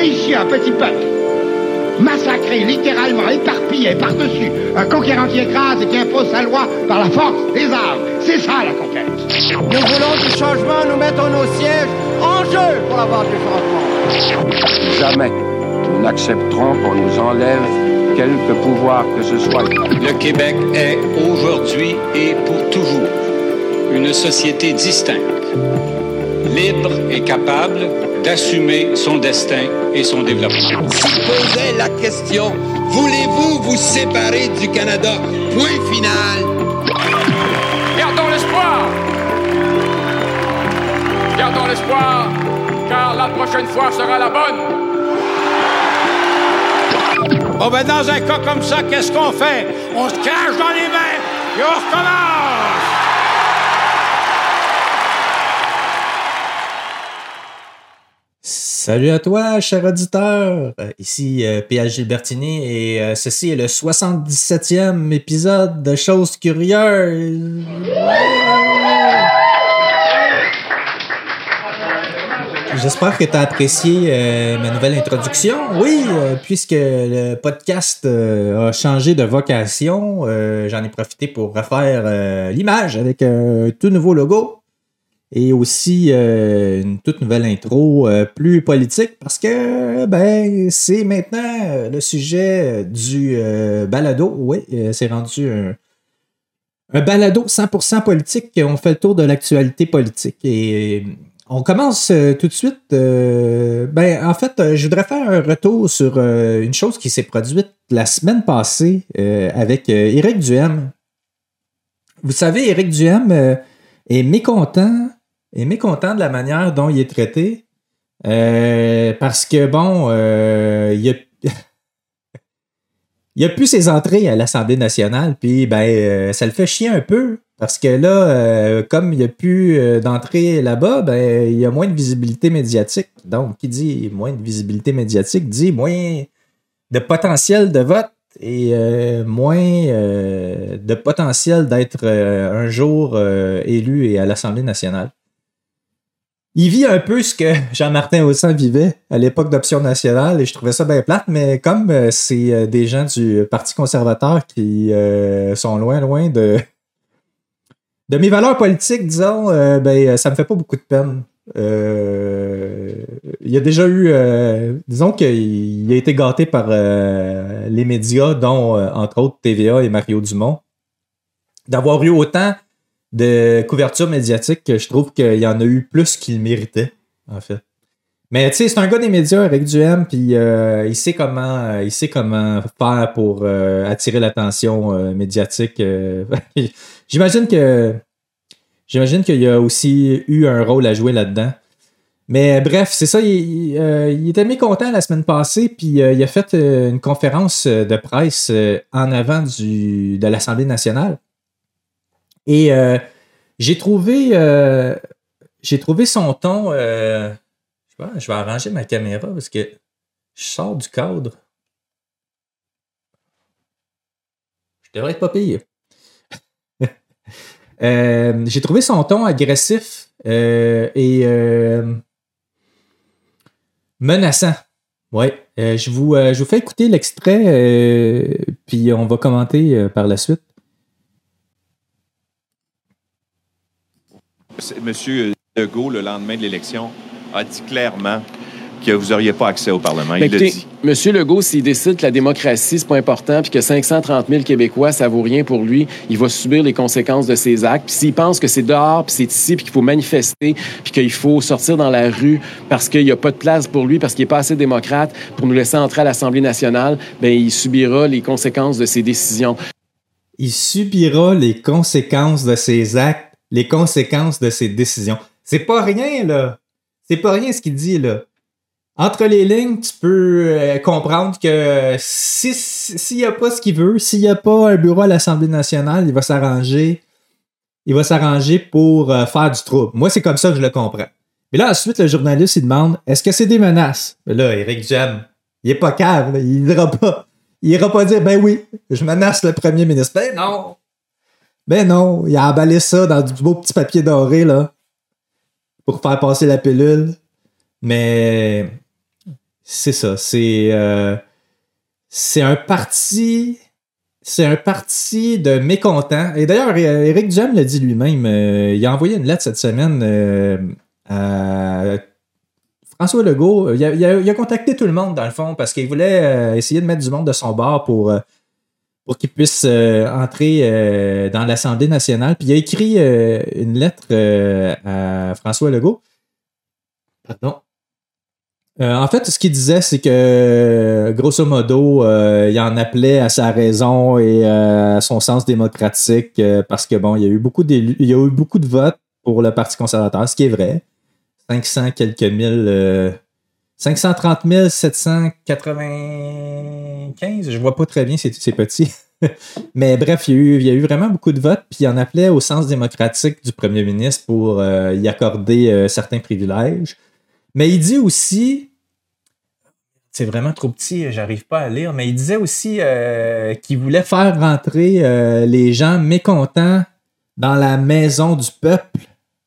Et ici, un petit peuple, massacré, littéralement éparpillé par-dessus, un conquérant qui écrase et qui impose sa loi par la force des armes. C'est ça, la conquête. Nous voulons du changement, nous mettons nos sièges en jeu pour avoir du changement. Jamais nous n'accepterons qu'on nous enlève quelque pouvoir que ce soit. Le Québec est aujourd'hui et pour toujours une société distincte, libre et capable d'assumer son destin et son développement. Se posait la question, voulez-vous vous séparer du Canada? Point final. Gardons l'espoir! Gardons l'espoir, car la prochaine fois sera la bonne! Bon, ben, dans un cas comme ça, qu'est-ce qu'on fait? On se crache dans les mains et on recommence! Salut à toi, cher auditeur! Ici P.H. Gilbertini et ceci est le 77e épisode de Choses Curieuses. J'espère que tu as apprécié ma nouvelle introduction. Oui, puisque le podcast a changé de vocation, j'en ai profité pour refaire l'image avec un tout nouveau logo et aussi une toute nouvelle intro plus politique parce que c'est maintenant le sujet du balado. Oui, c'est rendu un balado 100% politique. On fait le tour de l'actualité politique et on commence tout de suite. En fait, je voudrais faire un retour sur une chose qui s'est produite la semaine passée avec Éric Duhaime. Vous savez, Éric Duhaime est mécontent de la manière dont il est traité parce que, il a plus ses entrées à l'Assemblée nationale, puis ça le fait chier un peu. Parce que là, comme il n'y a plus d'entrée là-bas, il y a moins de visibilité médiatique. Donc, qui dit moins de visibilité médiatique dit moins de potentiel de vote et moins de potentiel d'être un jour élu et à l'Assemblée nationale. Il vit un peu ce que Jean-Martin Haussan vivait à l'époque d'Option nationale et je trouvais ça bien plate, mais comme c'est des gens du Parti conservateur qui sont loin de mes valeurs politiques, disons, ça me fait pas beaucoup de peine. Il y a déjà eu... disons qu'il a été gâté par les médias, dont, entre autres, TVA et Mario Dumont, d'avoir eu autant de couverture médiatique que je trouve qu'il y en a eu plus qu'il méritait, en fait. Mais tu sais, c'est un gars des médias, Éric Duhaime, puis il sait comment faire pour attirer l'attention médiatique. J'imagine qu'il y a aussi eu un rôle à jouer là-dedans. Mais bref, c'est ça, il était mécontent la semaine passée, puis il a fait une conférence de presse en avant de l'Assemblée nationale. Et j'ai trouvé son ton... je vais arranger ma caméra parce que je sors du cadre. Je devrais être pas payé. J'ai trouvé son ton agressif et menaçant. Ouais. Je vous fais écouter l'extrait puis on va commenter par la suite. Monsieur Legault, le lendemain de l'élection, a dit clairement que vous n'auriez pas accès au Parlement. Il l'a dit. M. Legault, s'il décide que la démocratie, c'est pas important, puis que 530 000 Québécois, ça vaut rien pour lui, il va subir les conséquences de ses actes. Puis s'il pense que c'est dehors, puis c'est ici, puis qu'il faut manifester, puis qu'il faut sortir dans la rue parce qu'il n'y a pas de place pour lui, parce qu'il n'est pas assez démocrate pour nous laisser entrer à l'Assemblée nationale, il subira les conséquences de ses décisions. Il subira les conséquences de ses actes, les conséquences de ses décisions. C'est pas rien, là. C'est pas rien ce qu'il dit, là. Entre les lignes, tu peux comprendre que s'il n'y a pas ce qu'il veut, s'il n'y a pas un bureau à l'Assemblée nationale, il va s'arranger pour faire du trouble. Moi, c'est comme ça que je le comprends. Mais là, ensuite, le journaliste, il demande, est-ce que c'est des menaces? Mais là, Éric Duhaime, il est pas cave, là, il ira pas dire, oui, je menace le premier ministre. Ben non, il a emballé ça dans du beau petit papier doré, là, pour faire passer la pilule. Mais c'est ça. C'est un parti de mécontents. Et d'ailleurs, Éric Duhem l'a dit lui-même. Il a envoyé une lettre cette semaine à François Legault. Il a contacté tout le monde, dans le fond, parce qu'il voulait essayer de mettre du monde de son bord pour qu'il puisse entrer dans l'Assemblée nationale. Puis il a écrit une lettre à François Legault. Pardon. En fait, ce qu'il disait, c'est que, grosso modo, il en appelait à sa raison et à son sens démocratique parce que, bon, il y a eu beaucoup de votes pour le Parti conservateur, ce qui est vrai. 530 795, je vois pas très bien, c'est petit. Mais bref, il y a eu vraiment beaucoup de votes, puis il en appelait au sens démocratique du premier ministre pour y accorder certains privilèges. Mais il dit aussi, c'est vraiment trop petit, j'arrive pas à lire, mais il disait aussi qu'il voulait faire rentrer les gens mécontents dans la maison du peuple.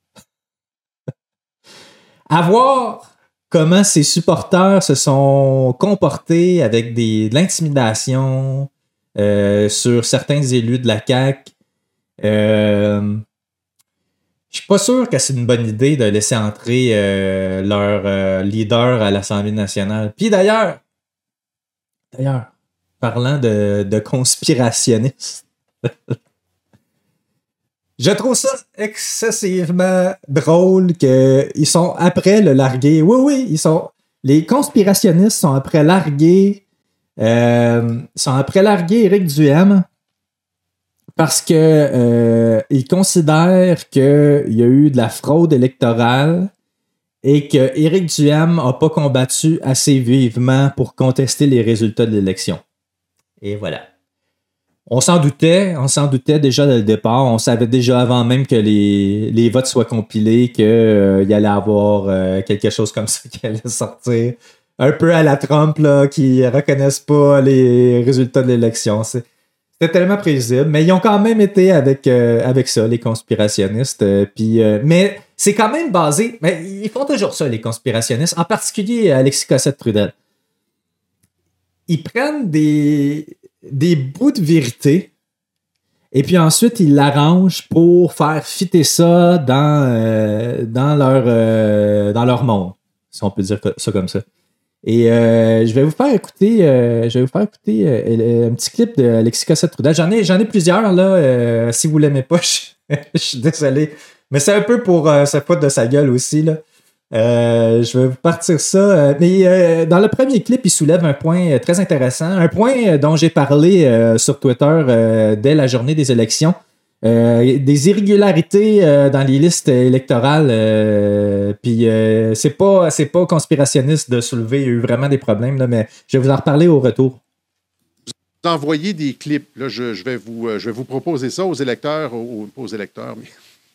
À voir comment ses supporters se sont comportés avec de l'intimidation sur certains élus de la CAQ. Je suis pas sûr que c'est une bonne idée de laisser entrer leur leader à l'Assemblée nationale. Puis d'ailleurs, parlant de conspirationnistes, je trouve ça excessivement drôle qu'ils sont après le larguer. Oui, les conspirationnistes sont après larguer Éric Duhem. Parce que ils considèrent qu'il y a eu de la fraude électorale et que Éric Duhem n'a pas combattu assez vivement pour contester les résultats de l'élection. Et voilà. On s'en doutait déjà dès le départ. On savait déjà avant même que les votes soient compilés qu'il allait avoir quelque chose comme ça qui allait sortir. Un peu à la Trump, là, qui reconnaissent pas les résultats de l'élection. C'était tellement prévisible, mais ils ont quand même été avec ça, les conspirationnistes. Mais c'est quand même basé... Mais ils font toujours ça, les conspirationnistes, en particulier Alexis Cossette-Trudel. Ils prennent des bouts de vérité et puis ensuite, ils l'arrangent pour faire fitter ça dans leur monde, si on peut dire ça comme ça. Et je vais vous faire écouter un petit clip de Alexis Cossette-Trudel. J'en ai plusieurs, là. Si vous l'aimez pas, je suis désolé. Mais c'est un peu pour se foutre de sa gueule aussi, là. Je vais vous partir ça. Mais dans le premier clip, il soulève un point très intéressant. Un point dont j'ai parlé sur Twitter dès la journée des élections. Des irrégularités dans les listes électorales. Puis c'est pas conspirationniste de soulever. Il y a eu vraiment des problèmes, là, mais je vais vous en reparler au retour. Vous envoyez des clips. Là, je vais vous proposer ça aux électeurs, mais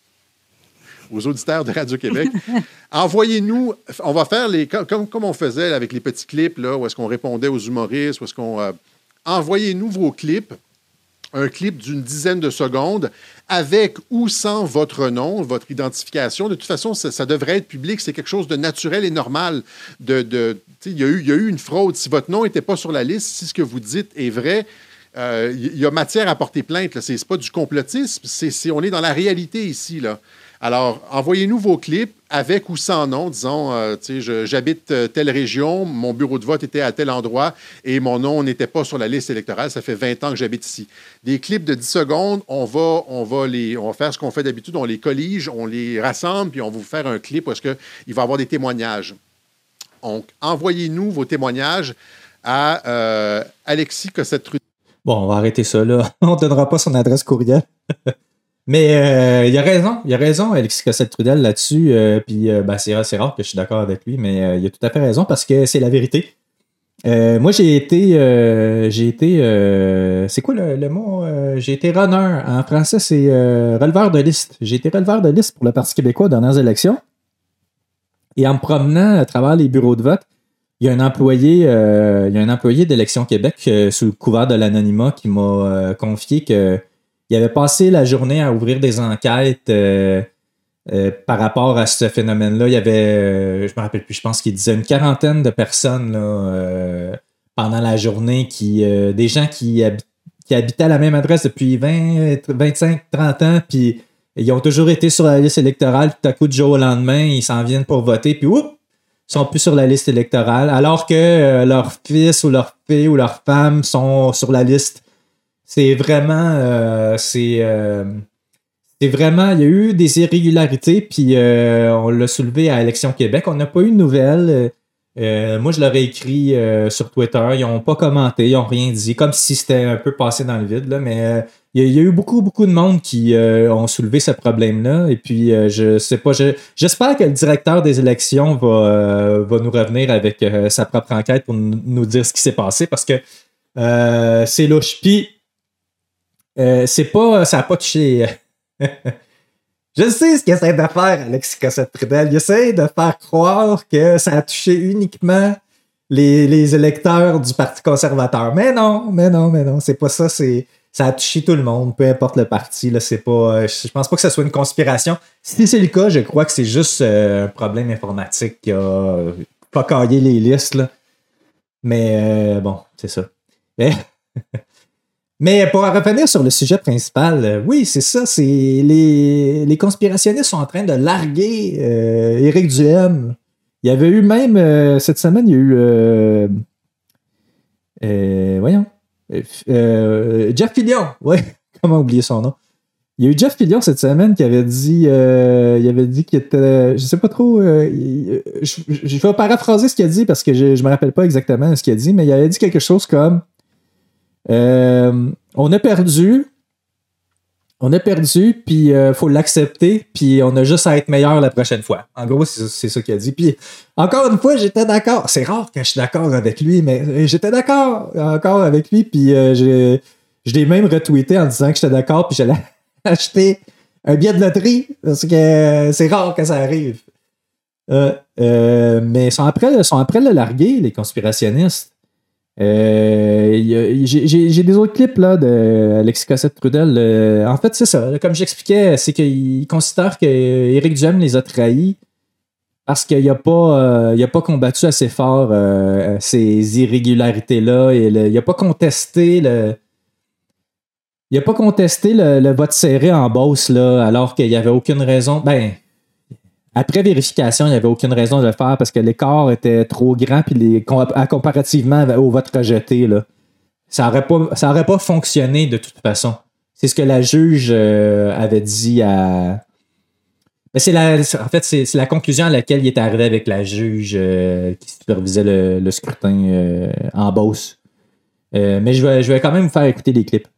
aux auditeurs de Radio-Québec. Envoyez-nous, on va faire comme on faisait avec les petits clips, là, où est-ce qu'on répondait aux humoristes, où est-ce qu'on... envoyez-nous vos clips. Un clip d'une dizaine de secondes avec ou sans votre nom, votre identification. De toute façon, ça devrait être public. C'est quelque chose de naturel et normal. Il y a eu une fraude. Si votre nom n'était pas sur la liste, si ce que vous dites est vrai, il y a matière à porter plainte. Ce n'est pas du complotisme. On est dans la réalité ici, là. Alors, envoyez-nous vos clips avec ou sans nom, disons, j'habite telle région, mon bureau de vote était à tel endroit et mon nom n'était pas sur la liste électorale, ça fait 20 ans que j'habite ici. Des clips de 10 secondes, on va faire ce qu'on fait d'habitude, on les collige, on les rassemble, puis on va vous faire un clip où est-ce qu'il va y avoir des témoignages. Donc, envoyez-nous vos témoignages à Alexis Cossette-Trudel. Bon, on va arrêter ça, là. On ne donnera pas son adresse courriel. Mais il a raison, Alexis Cossette-Trudel là-dessus. Puis c'est rare que je suis d'accord avec lui, mais il a tout à fait raison parce que c'est la vérité. Moi, j'ai été c'est quoi le mot? J'ai été runner. En français, c'est releveur de liste. J'ai été releveur de liste pour le Parti québécois aux dernières élections. Et en me promenant à travers les bureaux de vote, il y a un employé d'Élections Québec sous le couvert de l'anonymat qui m'a confié que il avait passé la journée à ouvrir des enquêtes par rapport à ce phénomène-là, il y avait, je me rappelle plus, je pense qu'il disait une quarantaine de personnes là, pendant la journée, des gens qui habitaient à la même adresse depuis 20, 25, 30 ans, puis ils ont toujours été sur la liste électorale, tout à coup, du jour au lendemain, ils s'en viennent pour voter, puis oups, ils sont plus sur la liste électorale, alors que leur fils ou leur fille ou leur femme sont sur la liste. C'est vraiment... c'est vraiment... Il y a eu des irrégularités, puis on l'a soulevé à Élection Québec. On n'a pas eu de nouvelles. Moi, je leur ai écrit sur Twitter. Ils n'ont pas commenté, ils n'ont rien dit, comme si c'était un peu passé dans le vide. Là, mais il y a eu beaucoup de monde qui ont soulevé ce problème-là. Et puis, je sais pas, j'espère que le directeur des élections va nous revenir avec sa propre enquête pour nous dire ce qui s'est passé, parce que c'est louche. Puis, ça n'a pas touché... Je sais ce qu'il essaie de faire, Alexis Cossette-Trudel. Il essaie de faire croire que ça a touché uniquement les électeurs du Parti conservateur. Mais non, c'est pas ça. Ça a touché tout le monde, peu importe le parti. Là, c'est pas, je pense pas que ça soit une conspiration. Si c'est le cas, je crois que c'est juste un problème informatique qui a pas caillé les listes. Là. Mais bon, c'est ça. Mais pour revenir sur le sujet principal, oui, c'est ça. C'est les conspirationnistes sont en train de larguer Éric Duhaime. Il y avait eu même cette semaine, il y a eu Jeff Fillion. Ouais, comment oublier son nom? Il y a eu Jeff Fillion cette semaine qui avait dit qu'il était, je sais pas trop, je vais paraphraser ce qu'il a dit parce que je me rappelle pas exactement ce qu'il a dit, mais il avait dit quelque chose comme on a perdu, puis faut l'accepter, puis on a juste à être meilleur la prochaine fois. En gros, c'est ça qu'il a dit. Puis, encore une fois, j'étais d'accord. C'est rare que je suis d'accord avec lui, mais j'étais d'accord encore avec lui, puis je l'ai même retweeté en disant que j'étais d'accord, puis j'allais acheter un billet de loterie, parce que c'est rare que ça arrive. Mais ils sont après le larguer, les conspirationnistes. J'ai des autres clips là d'Alexis Cossette-Trudel. En fait, c'est ça. Comme j'expliquais, c'est qu'il considère qu'Éric Duhaime les a trahis parce qu'il n'a pas combattu assez fort ces irrégularités-là. Et il n'a pas contesté le vote serré en Beauce, là, alors qu'il n'y avait aucune raison. Ben, après vérification, il n'y avait aucune raison de le faire parce que l'écart était trop grand puis comparativement au vote rejeté, là, ça aurait pas fonctionné de toute façon. C'est ce que la juge avait dit à... Ben, c'est la conclusion à laquelle il est arrivé avec la juge qui supervisait le scrutin en Beauce. Mais je vais quand même vous faire écouter les clips.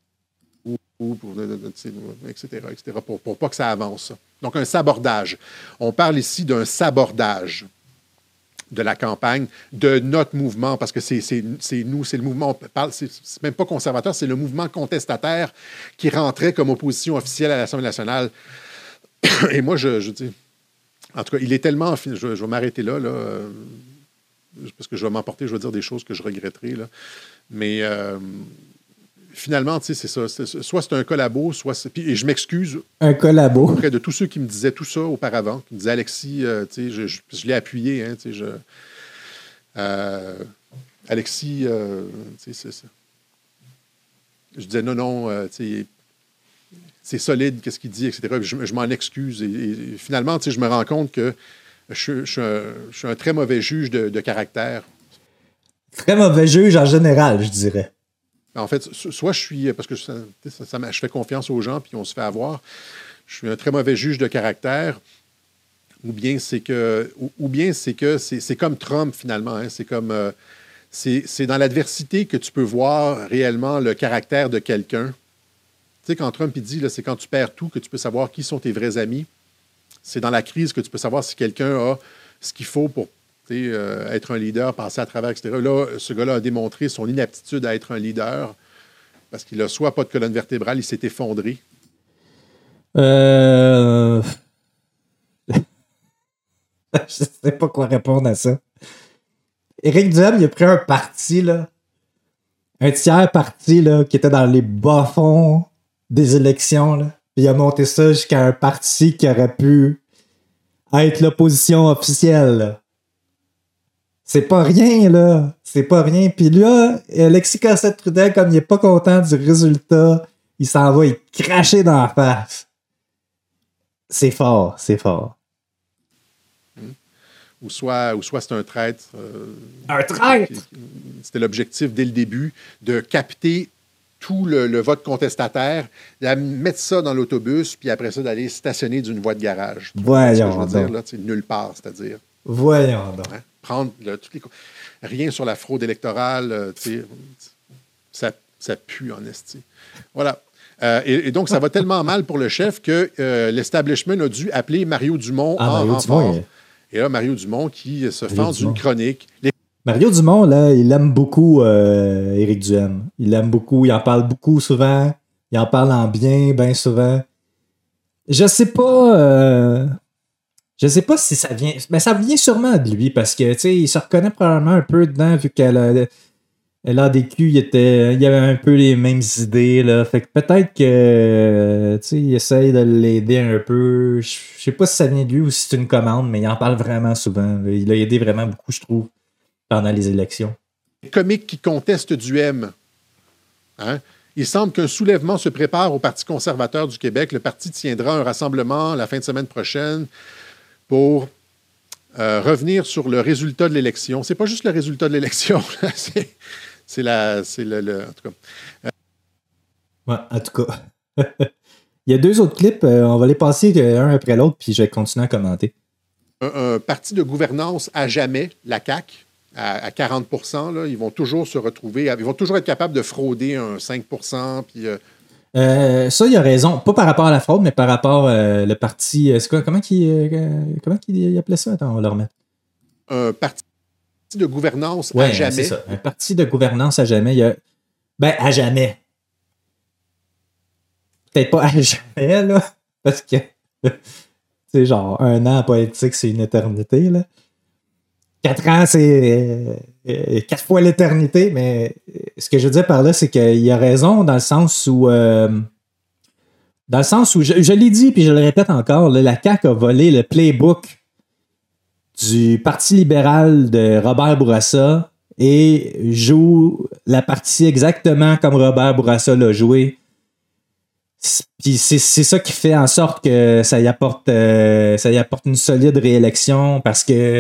Etc., pour pas que ça avance. Donc, un sabordage. On parle ici d'un sabordage de la campagne, de notre mouvement, parce que c'est nous, c'est le mouvement, on parle, c'est même pas conservateur, c'est le mouvement contestataire qui rentrait comme opposition officielle à l'Assemblée nationale. Et moi, je dis, en tout cas, il est tellement... Je vais m'arrêter là, parce que je vais m'emporter, je vais dire des choses que je regretterai, là. Mais... finalement, tu sais, c'est ça. Soit c'est un collabo, soit c'est... Puis, et je m'excuse. Un collabo. Auprès de tous ceux qui me disaient tout ça auparavant, qui me disaient Alexis, tu sais, je l'ai appuyé, hein, tu sais, Alexis, tu sais, c'est ça. Je disais non, tu sais, c'est solide, qu'est-ce qu'il dit, etc. Je m'en excuse. Et finalement, tu sais, je me rends compte que je suis un très mauvais juge de caractère. Très mauvais juge en général, je dirais. En fait, soit je suis, parce que je fais confiance aux gens puis on se fait avoir, je suis un très mauvais juge de caractère, ou bien c'est que c'est comme Trump finalement, hein, c'est comme c'est dans l'adversité que tu peux voir réellement le caractère de quelqu'un. Tu sais, quand Trump il dit, là, c'est quand tu perds tout que tu peux savoir qui sont tes vrais amis. C'est dans la crise que tu peux savoir si quelqu'un a ce qu'il faut pour être un leader, passer à travers, etc. Là, ce gars-là a démontré son inaptitude à être un leader parce qu'il n'a soit pas de colonne vertébrale, il s'est effondré. Je sais pas quoi répondre à ça. Éric Duhaime, il a pris un parti, là, un tiers parti là, qui était dans les bas-fonds des élections. Là. Puis il a monté ça jusqu'à un parti qui aurait pu être l'opposition officielle. Là. C'est pas rien, là. C'est pas rien. Puis là, Alexis Cossette-Trudel, comme il est pas content du résultat, il s'en va, il cracher dans la face. C'est fort, c'est fort. Ou soit c'est un traître. Un traître! C'était l'objectif dès le début, de capter tout le vote contestataire, de mettre ça dans l'autobus, puis après ça, d'aller stationner d'une voie de garage. Voyons donc. Dire, là, nulle part, c'est-à-dire. Voyons donc. Hein? Prendre toutes les... Rien sur la fraude électorale, ça pue en esti. Voilà. Et donc, ça va tellement mal pour le chef que l'establishment a dû appeler Mario Dumont en renfort. Et là, Mario Dumont qui se fend d'une chronique. Mario Dumont, là, il aime beaucoup Éric Duhaime. Il l'aime beaucoup, il en parle beaucoup souvent. Il en parle en bien souvent. Je sais pas si ça vient... Mais ça vient sûrement de lui, parce que, tu sais, il se reconnaît probablement un peu dedans, vu qu'elle a... LADQ, il y avait un peu les mêmes idées, là. Fait que peut-être que, tu sais, il essaye de l'aider un peu. Je sais pas si ça vient de lui ou si c'est une commande, mais il en parle vraiment souvent. Il a aidé vraiment beaucoup, je trouve, pendant les élections. Les comiques qui contestent Duhaime. Hein? Il semble qu'un soulèvement se prépare au Parti conservateur du Québec. Le parti tiendra un rassemblement la fin de semaine prochaine pour revenir sur le résultat de l'élection. C'est pas juste le résultat de l'élection, c'est le en tout cas. Ouais, en tout cas. Il y a 2 autres clips, on va les passer un après l'autre, puis je vais continuer à commenter. Un parti de gouvernance à jamais, la CAQ, à 40 %, là, ils vont toujours se retrouver, ils vont toujours être capables de frauder un 5 %, puis... ça, il a raison. Pas par rapport à la fraude, mais par rapport le parti... C'est quoi, comment qu'il appelait ça? Attends, on va le remettre. Un parti de gouvernance à jamais. C'est ça. Un parti de gouvernance à jamais. À jamais. Peut-être pas à jamais, là. Parce que, c'est genre, 1 an en politique, c'est une éternité, là. 4 ans, c'est 4 fois l'éternité, mais ce que je veux dire par là, c'est qu'il a raison dans le sens où je l'ai dit, puis je le répète encore, là, la CAQ a volé le playbook du Parti libéral de Robert Bourassa et joue la partie exactement comme Robert Bourassa l'a joué. Puis c'est ça qui fait en sorte que ça y apporte une solide réélection, parce que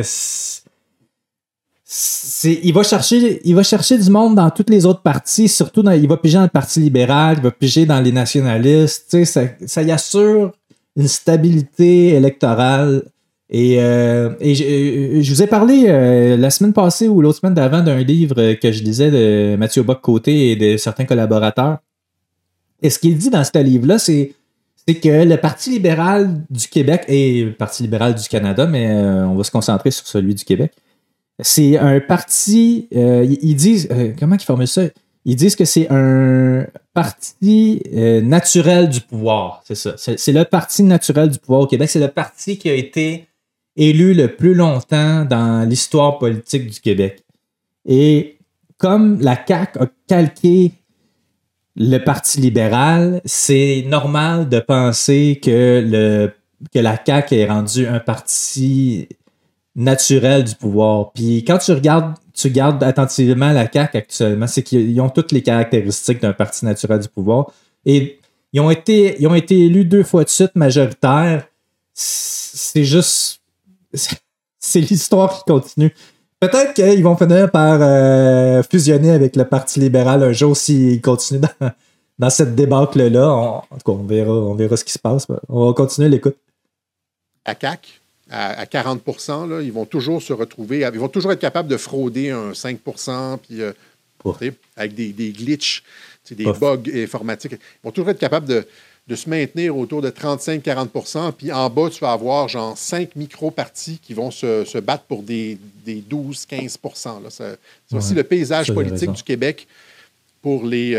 il va chercher du monde dans toutes les autres partis, surtout il va piger dans le Parti libéral, il va piger dans les nationalistes, tu sais, ça y assure une stabilité électorale. Et je vous ai parlé la semaine passée ou l'autre semaine d'avant d'un livre que je lisais de Mathieu Bock-Côté et de certains collaborateurs. Et ce qu'il dit dans ce livre-là, c'est que le Parti libéral du Québec et le Parti libéral du Canada, mais on va se concentrer sur celui du Québec, c'est un parti... ils disent... comment ils formulent ça? Ils disent que c'est un parti naturel du pouvoir. C'est ça. C'est le parti naturel du pouvoir au Québec. C'est le parti qui a été élu le plus longtemps dans l'histoire politique du Québec. Et comme la CAQ a calqué le Parti libéral, c'est normal de penser que la CAQ est rendu un parti naturel du pouvoir. Puis quand tu regardes attentivement la CAQ actuellement, c'est qu'ils ont toutes les caractéristiques d'un parti naturel du pouvoir. Et ils ont été élus 2 fois de suite majoritaires. C'est juste... C'est l'histoire qui continue. Peut-être qu'ils vont finir par fusionner avec le Parti libéral un jour s'ils continuent dans cette débâcle-là. En tout cas, on verra ce qui se passe. On va continuer l'écoute. À CAQ, à 40 % là, ils vont toujours se retrouver, ils vont toujours être capables de frauder un 5 % puis, avec des glitches, des bugs informatiques. Ils vont toujours être capables de se maintenir autour de 35-40 %. Puis en bas, tu vas avoir genre 5 micro-partis qui vont se battre pour des 12-15 %. Là. C'est aussi le paysage politique du Québec pour les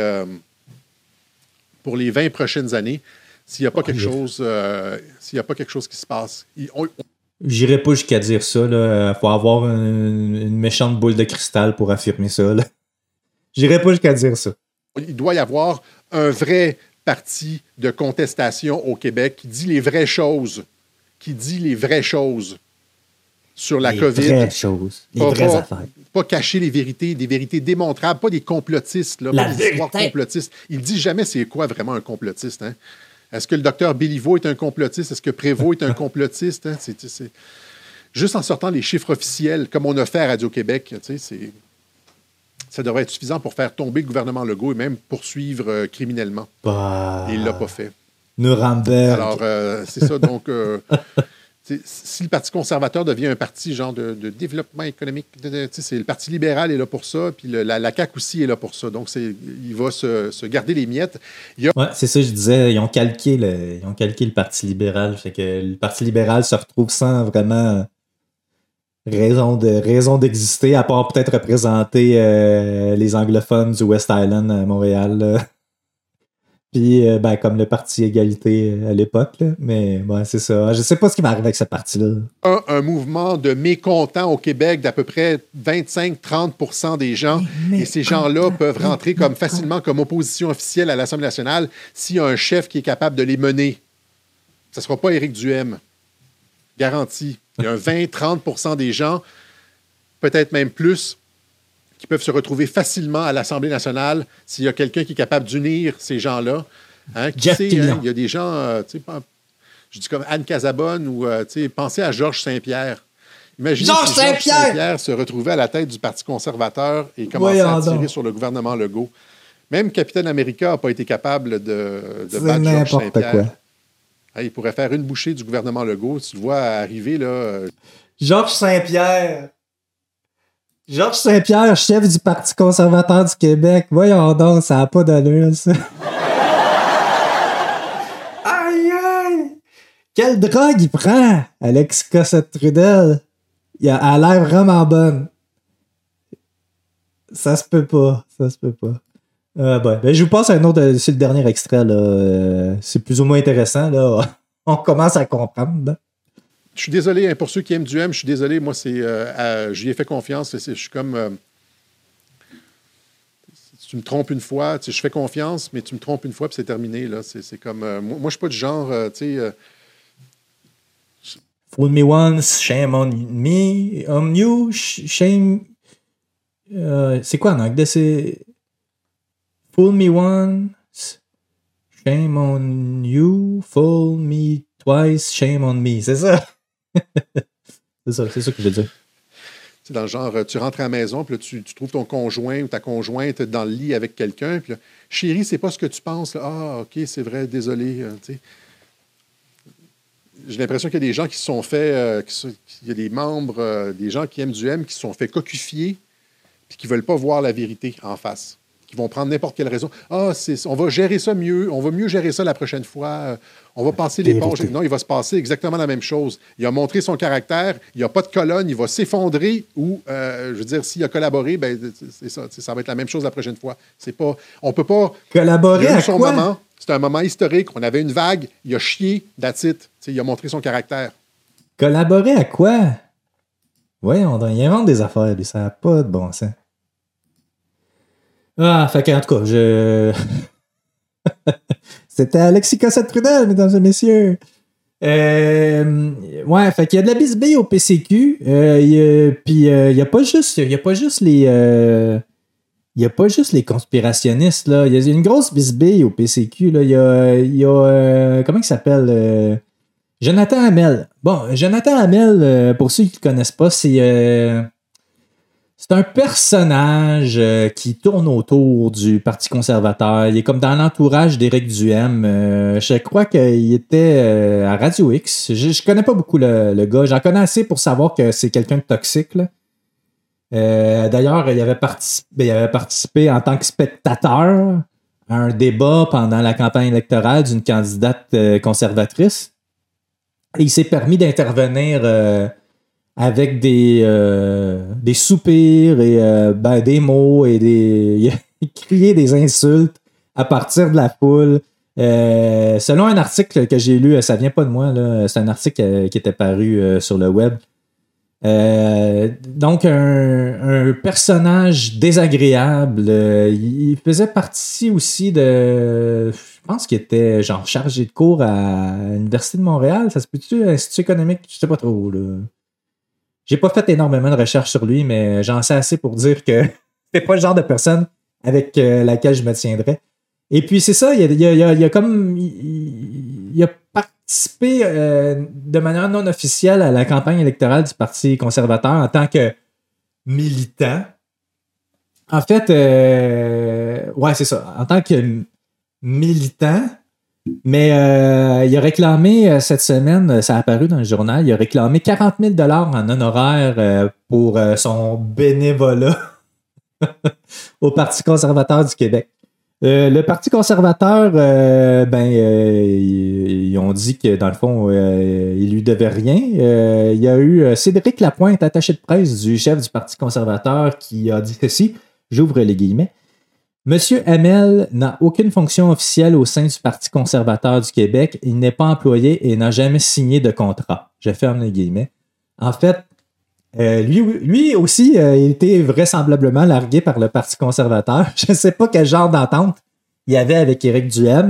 20 prochaines années. S'il n'y a pas quelque chose qui se passe. J'irai pas jusqu'à dire ça. Il faut avoir une méchante boule de cristal pour affirmer ça. Là. J'irai pas jusqu'à dire ça. Il doit y avoir un vrai parti de contestation au Québec qui dit les vraies choses, sur la COVID. Les vraies choses, les vraies affaires. Pas cacher les vérités, des vérités démontrables, pas des complotistes, là, pas des histoires complotistes. Il ne dit jamais c'est quoi vraiment un complotiste. Hein? Est-ce que le docteur Béliveau est un complotiste? Est-ce que Prévost est un complotiste? Hein? C'est juste en sortant les chiffres officiels, comme on a fait à Radio-Québec, ça devrait être suffisant pour faire tomber le gouvernement Legault et même poursuivre criminellement. Bah... Et il ne l'a pas fait. Nuremberg. Alors, c'est ça. Donc, si le Parti conservateur devient un parti genre de développement économique, le Parti libéral est là pour ça, puis la CAQ aussi est là pour ça. Donc, il va se garder les miettes. Ouais, c'est ça, je disais, ils ont calqué le Parti libéral. Fait que le Parti libéral se retrouve sans vraiment raison d'exister, à part peut-être représenter les anglophones du West Island à Montréal. Là. Puis, comme le Parti Égalité à l'époque. Là. Mais c'est ça. Je sais pas ce qui va arriver avec ce parti-là. Un mouvement de mécontents au Québec d'à peu près 25-30% des gens. Et ces gens-là peuvent rentrer facilement comme opposition officielle à l'Assemblée nationale s'il y a un chef qui est capable de les mener. Ce ne sera pas Éric Duhaime. Garanti. Il y a un 20-30% des gens, peut-être même plus, qui peuvent se retrouver facilement à l'Assemblée nationale s'il y a quelqu'un qui est capable d'unir ces gens-là. Hein, il y a des gens, je dis comme Anne Casabonne ou pensez à Georges Saint-Pierre. Imaginez si Georges Saint-Pierre se retrouvait à la tête du Parti conservateur et commençait à tirer sur le gouvernement Legault. Même Capitaine America n'a pas été capable de battre Georges Saint-Pierre. Quoi. Il pourrait faire une bouchée du gouvernement Legault. Tu le vois arriver, là. Georges Saint-Pierre, chef du Parti conservateur du Québec. Voyons donc, ça n'a pas d'allure, ça. Aïe, aïe! Quelle drogue il prend, Alexis Cossette-Trudel? Elle a l'air vraiment bonne. Ça se peut pas. Je vous passe un autre, c'est le dernier extrait, là. C'est plus ou moins intéressant, là. On commence à comprendre, là. Je suis désolé, pour ceux qui aiment Duhaime, je suis désolé. Moi, j'y ai fait confiance. Je suis comme... tu me trompes une fois, je fais confiance, mais tu me trompes une fois, puis c'est terminé. Là. C'est comme... moi, je suis pas du genre, Fool me once, shame on me, on you, shame... c'est quoi en anglais? C'est... Fool me once, shame on you, fool me twice, shame on me. C'est ça? c'est ça que je veux dire. C'est dans le genre, tu rentres à la maison, puis là, tu trouves ton conjoint ou ta conjointe dans le lit avec quelqu'un, puis là, chérie, c'est pas ce que tu penses. Là. Ah, OK, c'est vrai, désolé. J'ai l'impression qu'il y a des gens qui se sont fait, il y a des membres, des gens qui aiment Duhaime, qui se sont fait cocufier, puis qui ne veulent pas voir la vérité en face. Qui vont prendre n'importe quelle raison. Ah, on va gérer ça mieux, on va mieux gérer ça la prochaine fois, on va passer l'éponge. Non, il va se passer exactement la même chose. Il a montré son caractère, il n'y a pas de colonne, il va s'effondrer ou, je veux dire, s'il a collaboré, c'est ça, ça va être la même chose la prochaine fois. On peut pas... Collaborer à quoi? Moment, c'est un moment historique, on avait une vague, il a chié, that's it. Il a montré son caractère. Collaborer à quoi? Voyons, il invente des affaires, lui, ça n'a pas de bon sens. Ah, fait qu'en tout cas, C'était Alexis Cossette-Trudel, mesdames et messieurs. Ouais, fait qu'il y a de la bisbille au PCQ. Puis il n'y a pas juste les conspirationnistes, là. Il y a une grosse bisbille au PCQ, là. Il y a comment il s'appelle? Jonathan Hamel. Bon, Jonathan Hamel, pour ceux qui ne le connaissent pas, c'est un personnage qui tourne autour du Parti conservateur. Il est comme dans l'entourage d'Éric Duhaime. Je crois qu'il était à Radio X. Je connais pas beaucoup le gars. J'en connais assez pour savoir que c'est quelqu'un de toxique, là. D'ailleurs, il avait participé en tant que spectateur à un débat pendant la campagne électorale d'une candidate conservatrice. Et il s'est permis d'intervenir avec des soupirs et des mots et il a crié des insultes à partir de la foule. Selon un article que j'ai lu, ça vient pas de moi, là, c'est un article qui était paru sur le web. Donc, un personnage désagréable. Il faisait partie aussi de... Je pense qu'il était genre chargé de cours à l'Université de Montréal. Ça se peut-tu, Institut économique? Je sais pas trop, là. J'ai pas fait énormément de recherches sur lui, mais j'en sais assez pour dire que c'est pas le genre de personne avec laquelle je me tiendrais. Et puis, c'est ça, il a participé de manière non officielle à la campagne électorale du Parti conservateur en tant que militant. En fait, ouais, c'est ça. En tant que militant, mais il a réclamé cette semaine, ça a apparu dans le journal, il a réclamé 40 000 $ en honoraires pour son bénévolat au Parti conservateur du Québec. Le Parti conservateur, ils ont dit que dans le fond, il lui devait rien. Il y a eu Cédric Lapointe, attaché de presse du chef du Parti conservateur, qui a dit ceci, j'ouvre les guillemets. Monsieur Hamel n'a aucune fonction officielle au sein du Parti conservateur du Québec. Il n'est pas employé et n'a jamais signé de contrat. Je ferme les guillemets. En fait, lui aussi, il était vraisemblablement largué par le Parti conservateur. Je ne sais pas quel genre d'entente il y avait avec Éric Duhem.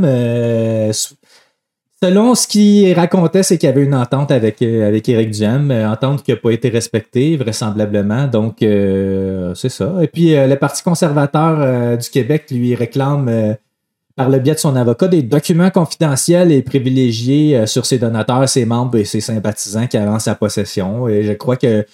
Selon ce qu'il racontait, c'est qu'il y avait une entente avec Éric Duhem, entente qui n'a pas été respectée, vraisemblablement. Donc, c'est ça. Et puis, le Parti conservateur du Québec lui réclame, par le biais de son avocat, des documents confidentiels et privilégiés sur ses donateurs, ses membres et ses sympathisants qui avancent sa possession. Et je crois que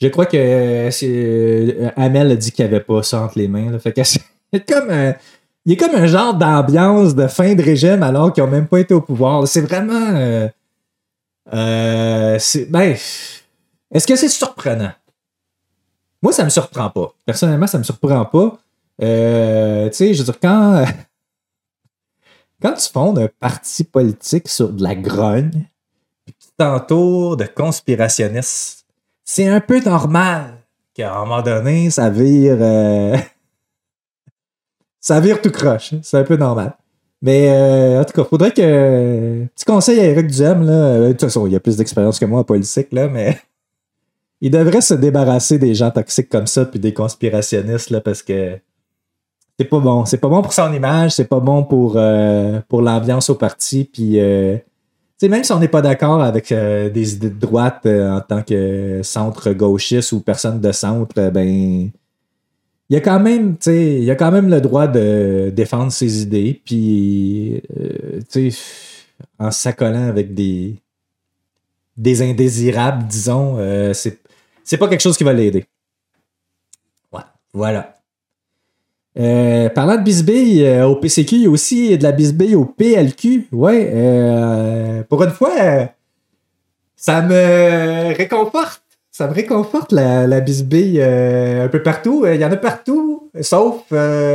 Hamel a dit qu'il n'y avait pas ça entre les mains. Là. Fait que il y a comme un genre d'ambiance de fin de régime alors qu'ils n'ont même pas été au pouvoir. C'est vraiment... est-ce que c'est surprenant? Moi, ça ne me surprend pas. Personnellement, ça ne me surprend pas. Tu sais, je veux dire, quand tu fondes un parti politique sur de la grogne, puis tu t'entoures de conspirationnistes, c'est un peu normal qu'à un moment donné, ça vire tout croche. C'est un peu normal. Mais en tout cas, faudrait que... Petit conseil à Éric Duhem, là. De toute façon, il a plus d'expérience que moi en politique, là, mais il devrait se débarrasser des gens toxiques comme ça puis des conspirationnistes, là, parce que c'est pas bon. C'est pas bon pour son image, c'est pas bon pour l'ambiance au parti, puis... même si on n'est pas d'accord avec des idées de droite en tant que centre-gauchiste ou personne de centre, il y a quand même le droit de défendre ses idées, puis en s'accolant avec des indésirables, disons, c'est pas quelque chose qui va l'aider. Ouais, voilà. Parlant de bisbille au PCQ, il y a aussi de la bisbille au PLQ. Ouais, pour une fois, ça me réconforte. Ça me réconforte la bisbille un peu partout. Il y en a partout, sauf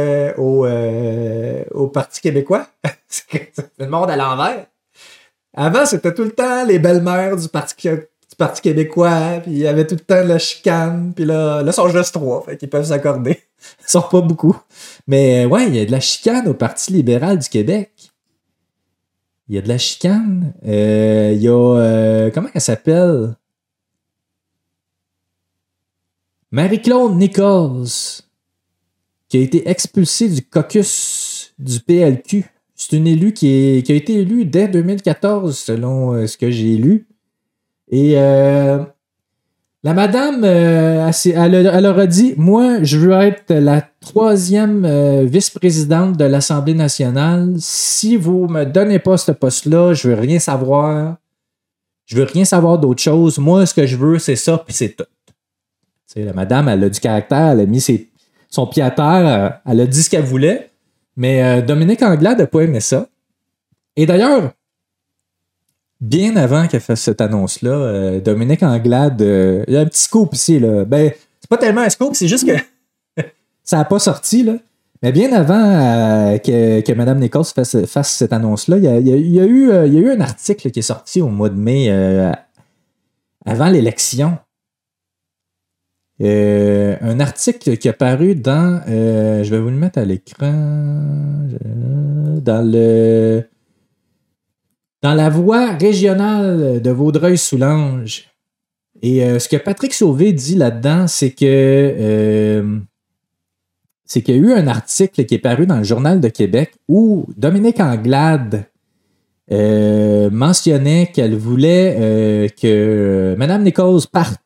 au Parti québécois. C'est le monde à l'envers. Avant, c'était tout le temps les belles-mères du Parti québécois, puis il y avait tout le temps de la chicane, puis là, ils sont juste 3, fait qu'ils peuvent s'accorder. Ils sont pas beaucoup. Mais ouais, il y a de la chicane au Parti libéral du Québec. Il y a de la chicane. Il y a... comment elle s'appelle? Marie-Claude Nichols, qui a été expulsée du caucus du PLQ. C'est une élue qui a été élue dès 2014, selon ce que j'ai lu. Et la madame, elle leur a dit, moi, je veux être la 3e vice-présidente de l'Assemblée nationale. Si vous me donnez pas ce poste-là, je veux rien savoir. Je veux rien savoir d'autre chose. Moi, ce que je veux, c'est ça, puis c'est tout. T'sais, la madame, elle a du caractère, elle a mis son pied à terre, elle a dit ce qu'elle voulait, mais Dominique Anglade n'a pas aimé ça. Et d'ailleurs, bien avant qu'elle fasse cette annonce-là, Dominique Anglade, il y a un petit scoop ici, là. C'est pas tellement un scoop, c'est juste que ça n'a pas sorti, là. Mais bien avant que Mme Nichols fasse cette annonce-là, il y a eu un article qui est sorti au mois de mai, avant l'élection. Un article qui est paru dans... je vais vous le mettre à l'écran. Dans la voie régionale de Vaudreuil-Soulanges. Et ce que Patrick Sauvé dit là-dedans, c'est que c'est qu'il y a eu un article qui est paru dans le Journal de Québec où Dominique Anglade mentionnait qu'elle voulait que Mme Nichols parte.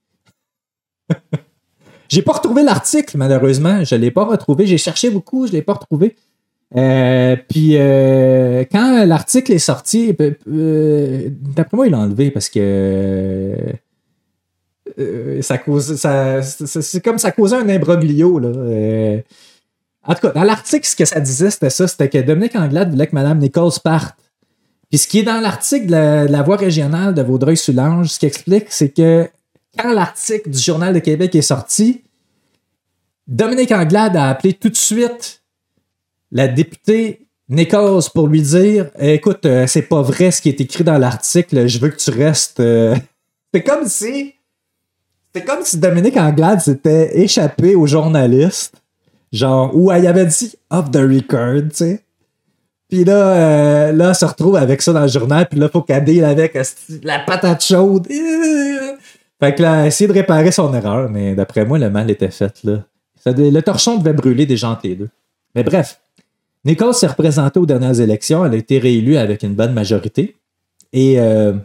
J'ai pas retrouvé l'article, malheureusement. Je l'ai pas retrouvé. J'ai cherché beaucoup, je l'ai pas retrouvé. Puis quand l'article est sorti, d'après moi, il l'a enlevé parce que c'est comme ça causait un imbroglio. Là. En tout cas, dans l'article, ce que ça disait, c'était que Dominique Anglade voulait que Mme Nichols parte. Puis ce qui est dans l'article de la Voix régionale de Vaudreuil-Soulanges, ce qui explique, c'est que quand l'article du Journal de Québec est sorti, Dominique Anglade a appelé tout de suite la députée Nichols pour lui dire « Écoute, c'est pas vrai ce qui est écrit dans l'article, je veux que tu restes... C'est comme si Dominique Anglade s'était échappé aux journalistes, genre, où elle avait dit « off the record », tu sais. Puis là, elle se retrouve avec ça dans le journal, puis là, il faut qu'elle deal avec la patate chaude. Fait que là, elle a essayé de réparer son erreur, mais d'après moi, le mal était fait, là. Le torchon devait brûler déjà entre les deux. Mais bref, Nichols s'est représentée aux dernières élections. Elle a été réélue avec une bonne majorité. Et là,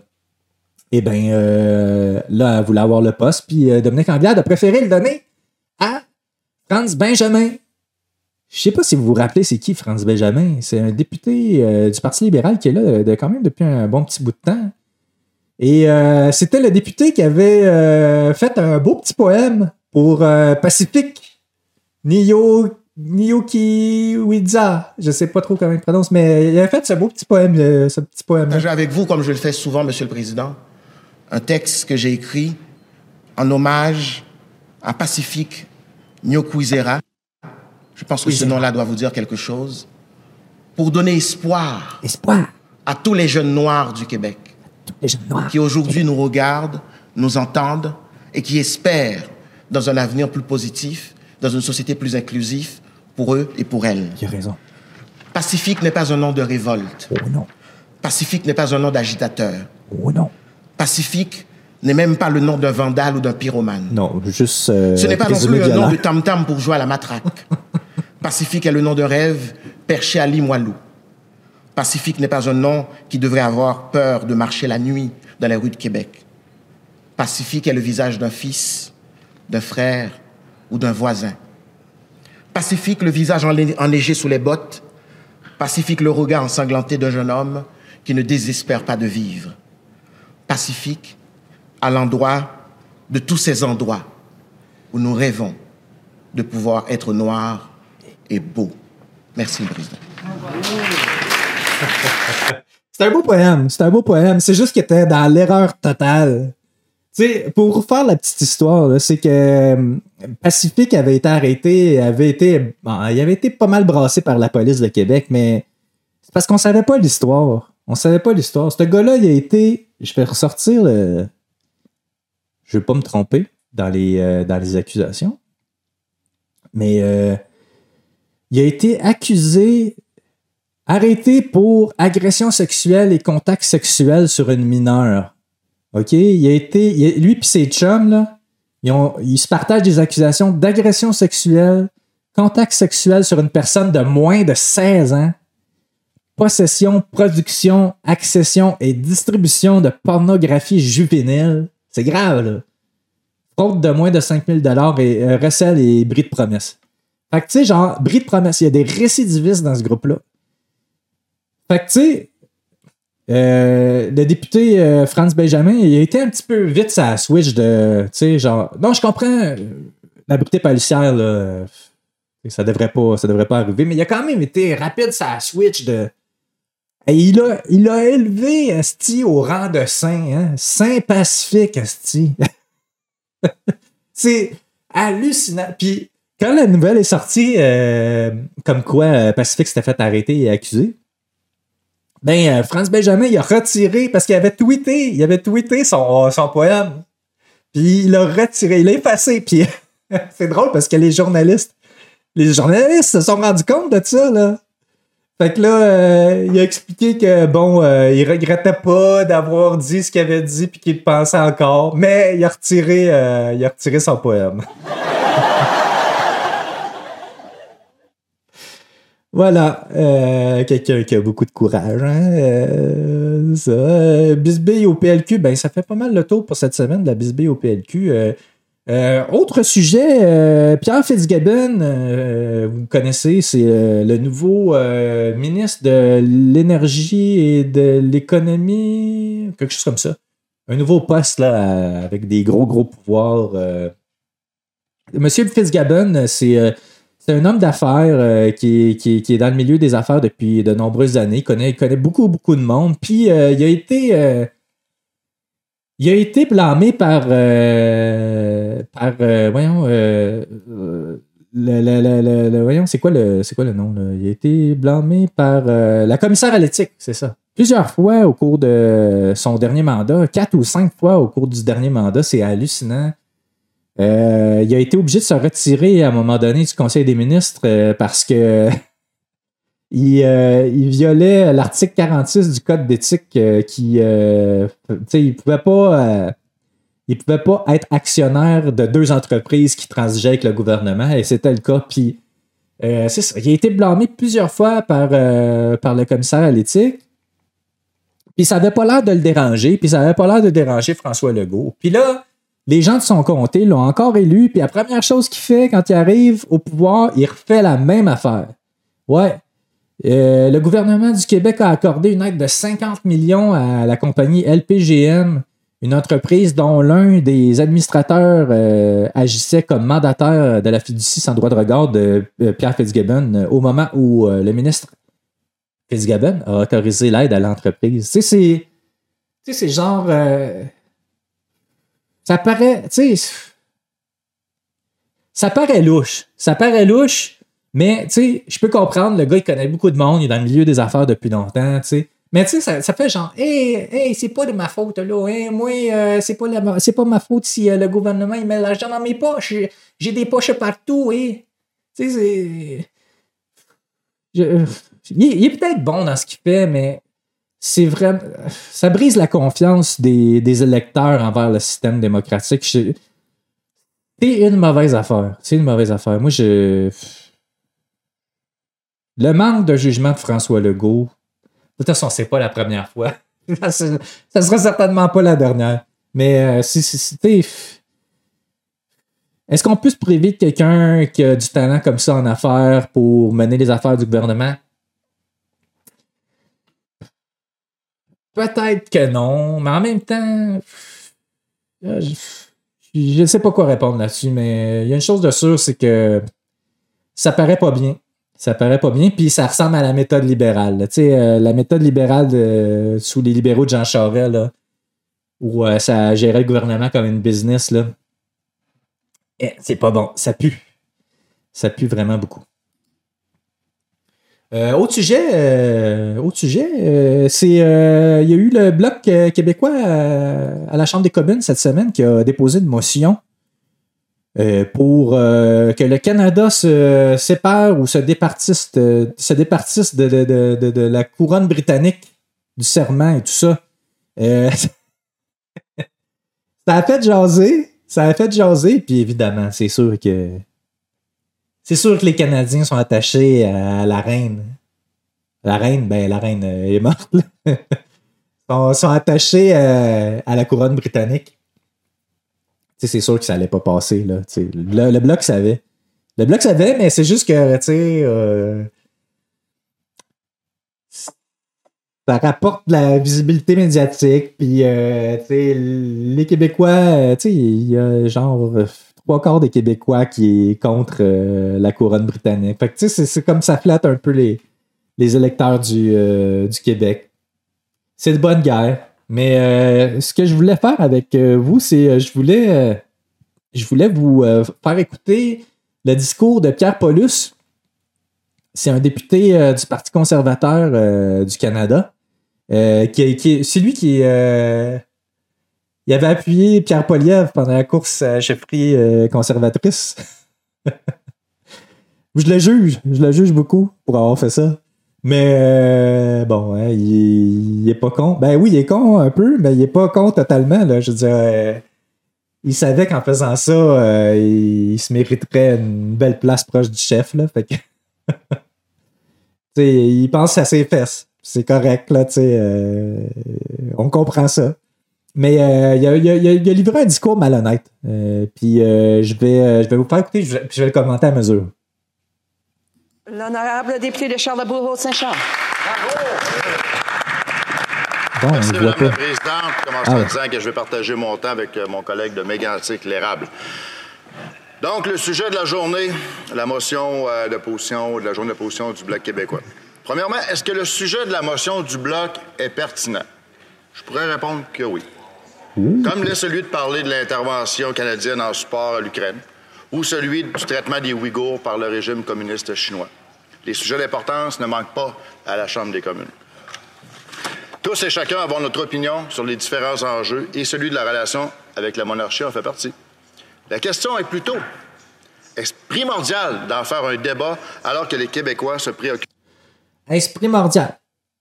elle voulait avoir le poste. Puis Dominique Anglade a préféré le donner à Franz Benjamin. Je sais pas si vous vous rappelez, c'est qui Franz Benjamin? C'est un député du Parti libéral qui est là quand même depuis un bon petit bout de temps. Et c'était le député qui avait fait un beau petit poème pour Pacifique Niyokiwidza. Je sais pas trop comment il prononce, mais il a fait ce beau petit poème, Avec vous, comme je le fais souvent, Monsieur le Président, un texte que j'ai écrit en hommage à Pacifique Niyokiwidza. Je pense que ce nom-là doit vous dire quelque chose. Pour donner espoir à tous les jeunes noirs du Québec. Qui aujourd'hui nous regardent, nous entendent et qui espèrent dans un avenir plus positif, dans une société plus inclusive pour eux et pour elles. Tu as raison. Pacifique n'est pas un nom de révolte. Oh non. Pacifique n'est pas un nom d'agitateur. Oh non. Pacifique n'est même pas le nom d'un vandale ou d'un pyromane. Non, juste. Ce n'est pas non plus un nom de tam-tam pour jouer à la matraque. Pacifique est le nom de rêve perché à Limoilou. Pacifique n'est pas un nom qui devrait avoir peur de marcher la nuit dans les rues de Québec. Pacifique est le visage d'un fils, d'un frère ou d'un voisin. Pacifique, le visage enneigé sous les bottes. Pacifique, le regard ensanglanté d'un jeune homme qui ne désespère pas de vivre. Pacifique, à l'endroit de tous ces endroits où nous rêvons de pouvoir être noirs et beaux. Merci, le Président. C'est un beau poème. C'est juste qu'il était dans l'erreur totale. Tu sais, pour faire la petite histoire, là, c'est que Pacifique avait été arrêté, il avait été pas mal brassé par la police de Québec, mais c'est parce qu'on savait pas l'histoire. Ce gars-là, il a été... Je vais ressortir le... Je veux pas me tromper dans les accusations, mais il a été arrêté pour agression sexuelle et contact sexuel sur une mineure. OK? Lui et ses chums, là, ils se partagent des accusations d'agression sexuelle, contact sexuel sur une personne de moins de 16 ans, possession, production, accession et distribution de pornographie juvénile. C'est grave, là. Fraude de moins de 5 000 $ et recel et bris de promesse. Fait que, tu sais, genre, bris de promesse, il y a des récidivistes dans ce groupe-là. Fait que, tu sais, le député Franz Benjamin, il a été un petit peu vite sa switch de, tu sais, genre, non, je comprends, la brutalité policière, là, ça devrait pas arriver, mais il a quand même été rapide sa switch de... Et il a élevé esti au rang de saint, hein? Saint Pacifique, esti. C'est hallucinant. Puis quand la nouvelle est sortie, comme quoi Pacifique s'était fait arrêter et accusé, ben Franz Benjamin, il a retiré parce qu'il avait tweeté son poème. Puis il l'a retiré, il l'a effacé. Puis c'est drôle parce que les journalistes se sont rendus compte de ça, là. Fait que là, il a expliqué que, il regrettait pas d'avoir dit ce qu'il avait dit puis qu'il pensait encore, mais il a retiré son poème. Voilà, quelqu'un qui a beaucoup de courage. Hein? Bisbille au PLQ, ça fait pas mal le tour pour cette semaine de la Bisbille au PLQ. Autre sujet, Pierre Fitzgibbon, vous connaissez, c'est le nouveau ministre de l'Énergie et de l'Économie, quelque chose comme ça. Un nouveau poste là, avec des gros pouvoirs. Monsieur Fitzgibbon, c'est un homme d'affaires qui est dans le milieu des affaires depuis de nombreuses années. Il connaît beaucoup de monde. Puis il a été blâmé par voyons, c'est quoi le nom là? Il a été blâmé par la commissaire à l'éthique, c'est ça. Plusieurs fois au cours de son dernier mandat, 4 ou 5 fois au cours du dernier mandat, c'est hallucinant. Il a été obligé de se retirer à un moment donné du Conseil des ministres parce que il violait l'article 46 du Code d'éthique qui il pouvait pas être actionnaire de 2 entreprises qui transigeaient avec le gouvernement, et c'était le cas. Puis c'est ça. Il a été blâmé plusieurs fois par le commissaire à l'éthique. Puis ça n'avait pas l'air de le déranger, puis ça n'avait pas l'air de déranger François Legault. Puis là, les gens de son comté l'ont encore élu, puis la première chose qu'il fait quand il arrive au pouvoir, il refait la même affaire. Ouais. Le gouvernement du Québec a accordé une aide de 50 millions à la compagnie LPGM, une entreprise dont l'un des administrateurs agissait comme mandataire de la fiducie sans droit de regard de Pierre Fitzgibbon au moment où le ministre Fitzgibbon a autorisé l'aide à l'entreprise. Tu sais, c'est genre... ça paraît louche. Ça paraît louche, mais je peux comprendre, le gars, il connaît beaucoup de monde, il est dans le milieu des affaires depuis longtemps, tu sais. Mais tu sais, ça fait genre, hey, c'est pas de ma faute, là. Hey, moi, c'est pas ma faute si le gouvernement, il met l'argent dans mes poches. J'ai des poches partout, Tu sais, c'est... Il est peut-être bon dans ce qu'il fait, mais c'est vraiment... Ça brise la confiance des électeurs envers le système démocratique. C'est une mauvaise affaire. C'est une mauvaise affaire. Moi, le manque de jugement de François Legault, de toute façon, c'est pas la première fois. Ça sera certainement pas la dernière. Mais est-ce qu'on peut se priver de quelqu'un qui a du talent comme ça en affaires pour mener les affaires du gouvernement? Peut-être que non, mais en même temps, je ne sais pas quoi répondre là-dessus, mais il y a une chose de sûre, c'est que ça paraît pas bien. Ça paraît pas bien, puis ça ressemble à la méthode libérale. Tu sais, la méthode libérale sous les libéraux de Jean Charest, là, où ça gérait le gouvernement comme une business, là. C'est pas bon. Ça pue. Ça pue vraiment beaucoup. Autre sujet, c'est il y a eu le Bloc québécois à la Chambre des communes cette semaine qui a déposé une motion pour que le Canada se sépare ou se départisse de la couronne britannique, du serment et tout ça. Ça a fait jaser, puis évidemment, c'est sûr que les Canadiens sont attachés à la reine. La reine est morte. sont attachés à la couronne britannique. T'sais, c'est sûr que ça allait pas passer. Là. Le Bloc savait. Le Bloc savait, mais c'est juste que ça rapporte de la visibilité médiatique. Puis les Québécois, il y a genre 3/4 des Québécois qui est contre la couronne britannique. Fait que c'est comme ça flatte un peu les électeurs du Québec. C'est de bonne guerre. Mais ce que je voulais faire avec vous, c'est je voulais vous faire écouter le discours de Pierre Paulus. C'est un député du Parti conservateur du Canada. C'est lui qui il avait appuyé Pierre Poilievre pendant la course à la chefferie conservatrice. Je le juge beaucoup pour avoir fait ça. Mais bon, hein, il est pas con. Ben oui, il est con un peu, mais il est pas con totalement. Là. Je veux dire, il savait qu'en faisant ça, il se mériterait une belle place proche du chef. Là, fait que il pense à ses fesses. C'est correct, là, on comprend ça. Mais il a livré un discours malhonnête. Puis je vais vous faire écouter, je vais le commenter à mesure. L'honorable député de Charlebourg-Haute-Saint-Charles. Bon, merci, Mme la Présidente. Je commence en disant que je vais partager mon temps avec mon collègue de Mégantic, l'érable. Donc, le sujet de la journée, la motion d'opposition, de la journée d'opposition du Bloc québécois. Premièrement, est-ce que le sujet de la motion du Bloc est pertinent? Je pourrais répondre que oui. Comme l'est celui de parler de l'intervention canadienne en support à l'Ukraine ou celui du traitement des Ouïghours par le régime communiste chinois. Les sujets d'importance ne manquent pas à la Chambre des communes. Tous et chacun avons notre opinion sur les différents enjeux et celui de la relation avec la monarchie en fait partie. La question est plutôt, est-ce primordial d'en faire un débat alors que les Québécois se préoccupent? Est-ce primordial?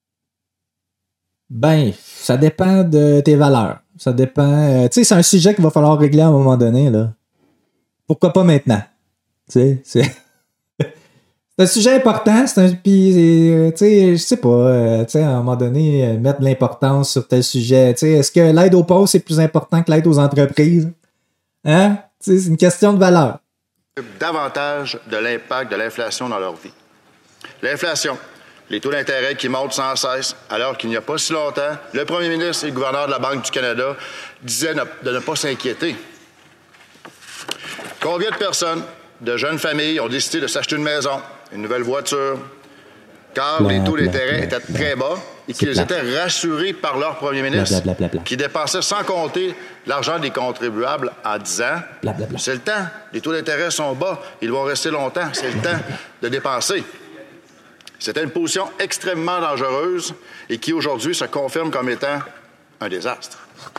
Ben, ça dépend de tes valeurs. Ça dépend... tu sais, c'est un sujet qu'il va falloir régler à un moment donné, là. Pourquoi pas maintenant? Tu sais, c'est un sujet important. Puis, tu sais, je sais pas. Tu sais, à un moment donné, mettre de l'importance sur tel sujet. Tu sais, est-ce que l'aide aux pauvres, c'est plus important que l'aide aux entreprises? Hein? Tu sais, c'est une question de valeur. Davantage de l'impact de l'inflation dans leur vie. L'inflation, les taux d'intérêt qui montent sans cesse, alors qu'il n'y a pas si longtemps, le premier ministre et le gouverneur de la Banque du Canada disaient de ne pas s'inquiéter. Combien de personnes, de jeunes familles, ont décidé de s'acheter une maison, une nouvelle voiture, car les taux d'intérêt étaient très bas et qu'ils étaient rassurés par leur premier ministre, qui dépensait sans compter l'argent des contribuables en disant « C'est le temps, les taux d'intérêt sont bas, ils vont rester longtemps, c'est le temps de dépenser ». C'était une position extrêmement dangereuse et qui aujourd'hui se confirme comme étant un désastre.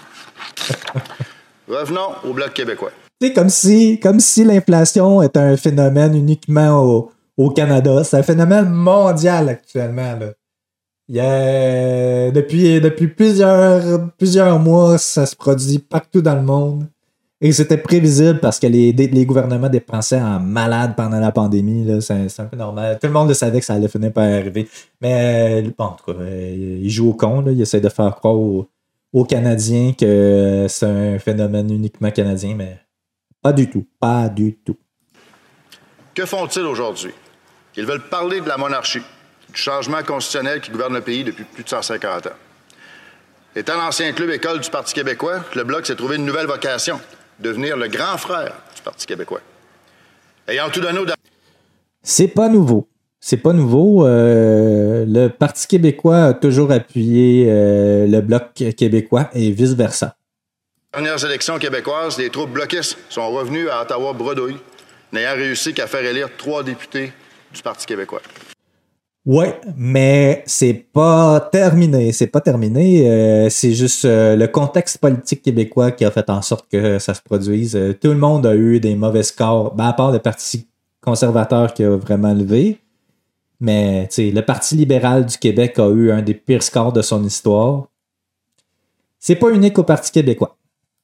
Revenons au Bloc québécois. C'est comme si l'inflation était un phénomène uniquement au Canada. C'est un phénomène mondial actuellement. Là. Il y a, depuis plusieurs mois, ça se produit partout dans le monde. Et c'était prévisible parce que les gouvernements dépensaient en malade pendant la pandémie. Là. C'est un peu normal. Tout le monde le savait que ça allait finir par arriver. Mais bon, en tout cas, ils jouent au con. Là. Ils essaient de faire croire aux Canadiens que c'est un phénomène uniquement canadien, mais pas du tout. Pas du tout. Que font-ils aujourd'hui? Ils veulent parler de la monarchie, du changement constitutionnel qui gouverne le pays depuis plus de 150 ans. Étant l'ancien club école du Parti québécois, le Bloc s'est trouvé une nouvelle vocation, devenir le grand frère du Parti québécois. Ayant tout donné C'est pas nouveau. C'est pas nouveau. Le Parti québécois a toujours appuyé le Bloc québécois et vice-versa. Aux dernières élections québécoises, les troupes bloquistes sont revenus à Ottawa-Bredouille, n'ayant réussi qu'à faire élire 3 députés du Parti québécois. Ouais, mais c'est pas terminé. C'est pas terminé. C'est juste le contexte politique québécois qui a fait en sorte que ça se produise. Tout le monde a eu des mauvais scores, à part le Parti conservateur qui a vraiment levé. Mais le Parti libéral du Québec a eu un des pires scores de son histoire. C'est pas unique au Parti québécois.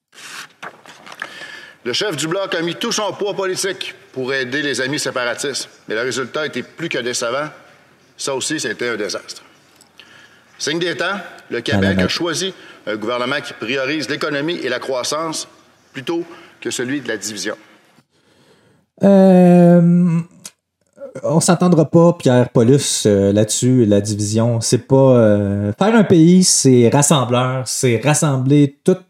Le chef du Bloc a mis tout son poids politique pour aider les amis séparatistes, mais le résultat était plus que décevant. Ça aussi, c'était un désastre. Signe des temps, le Québec a choisi un gouvernement qui priorise l'économie et la croissance plutôt que celui de la division. On s'entendra pas, Pierre Paulus, là-dessus, la division. C'est pas... faire un pays, c'est rassembleur. C'est rassembler toute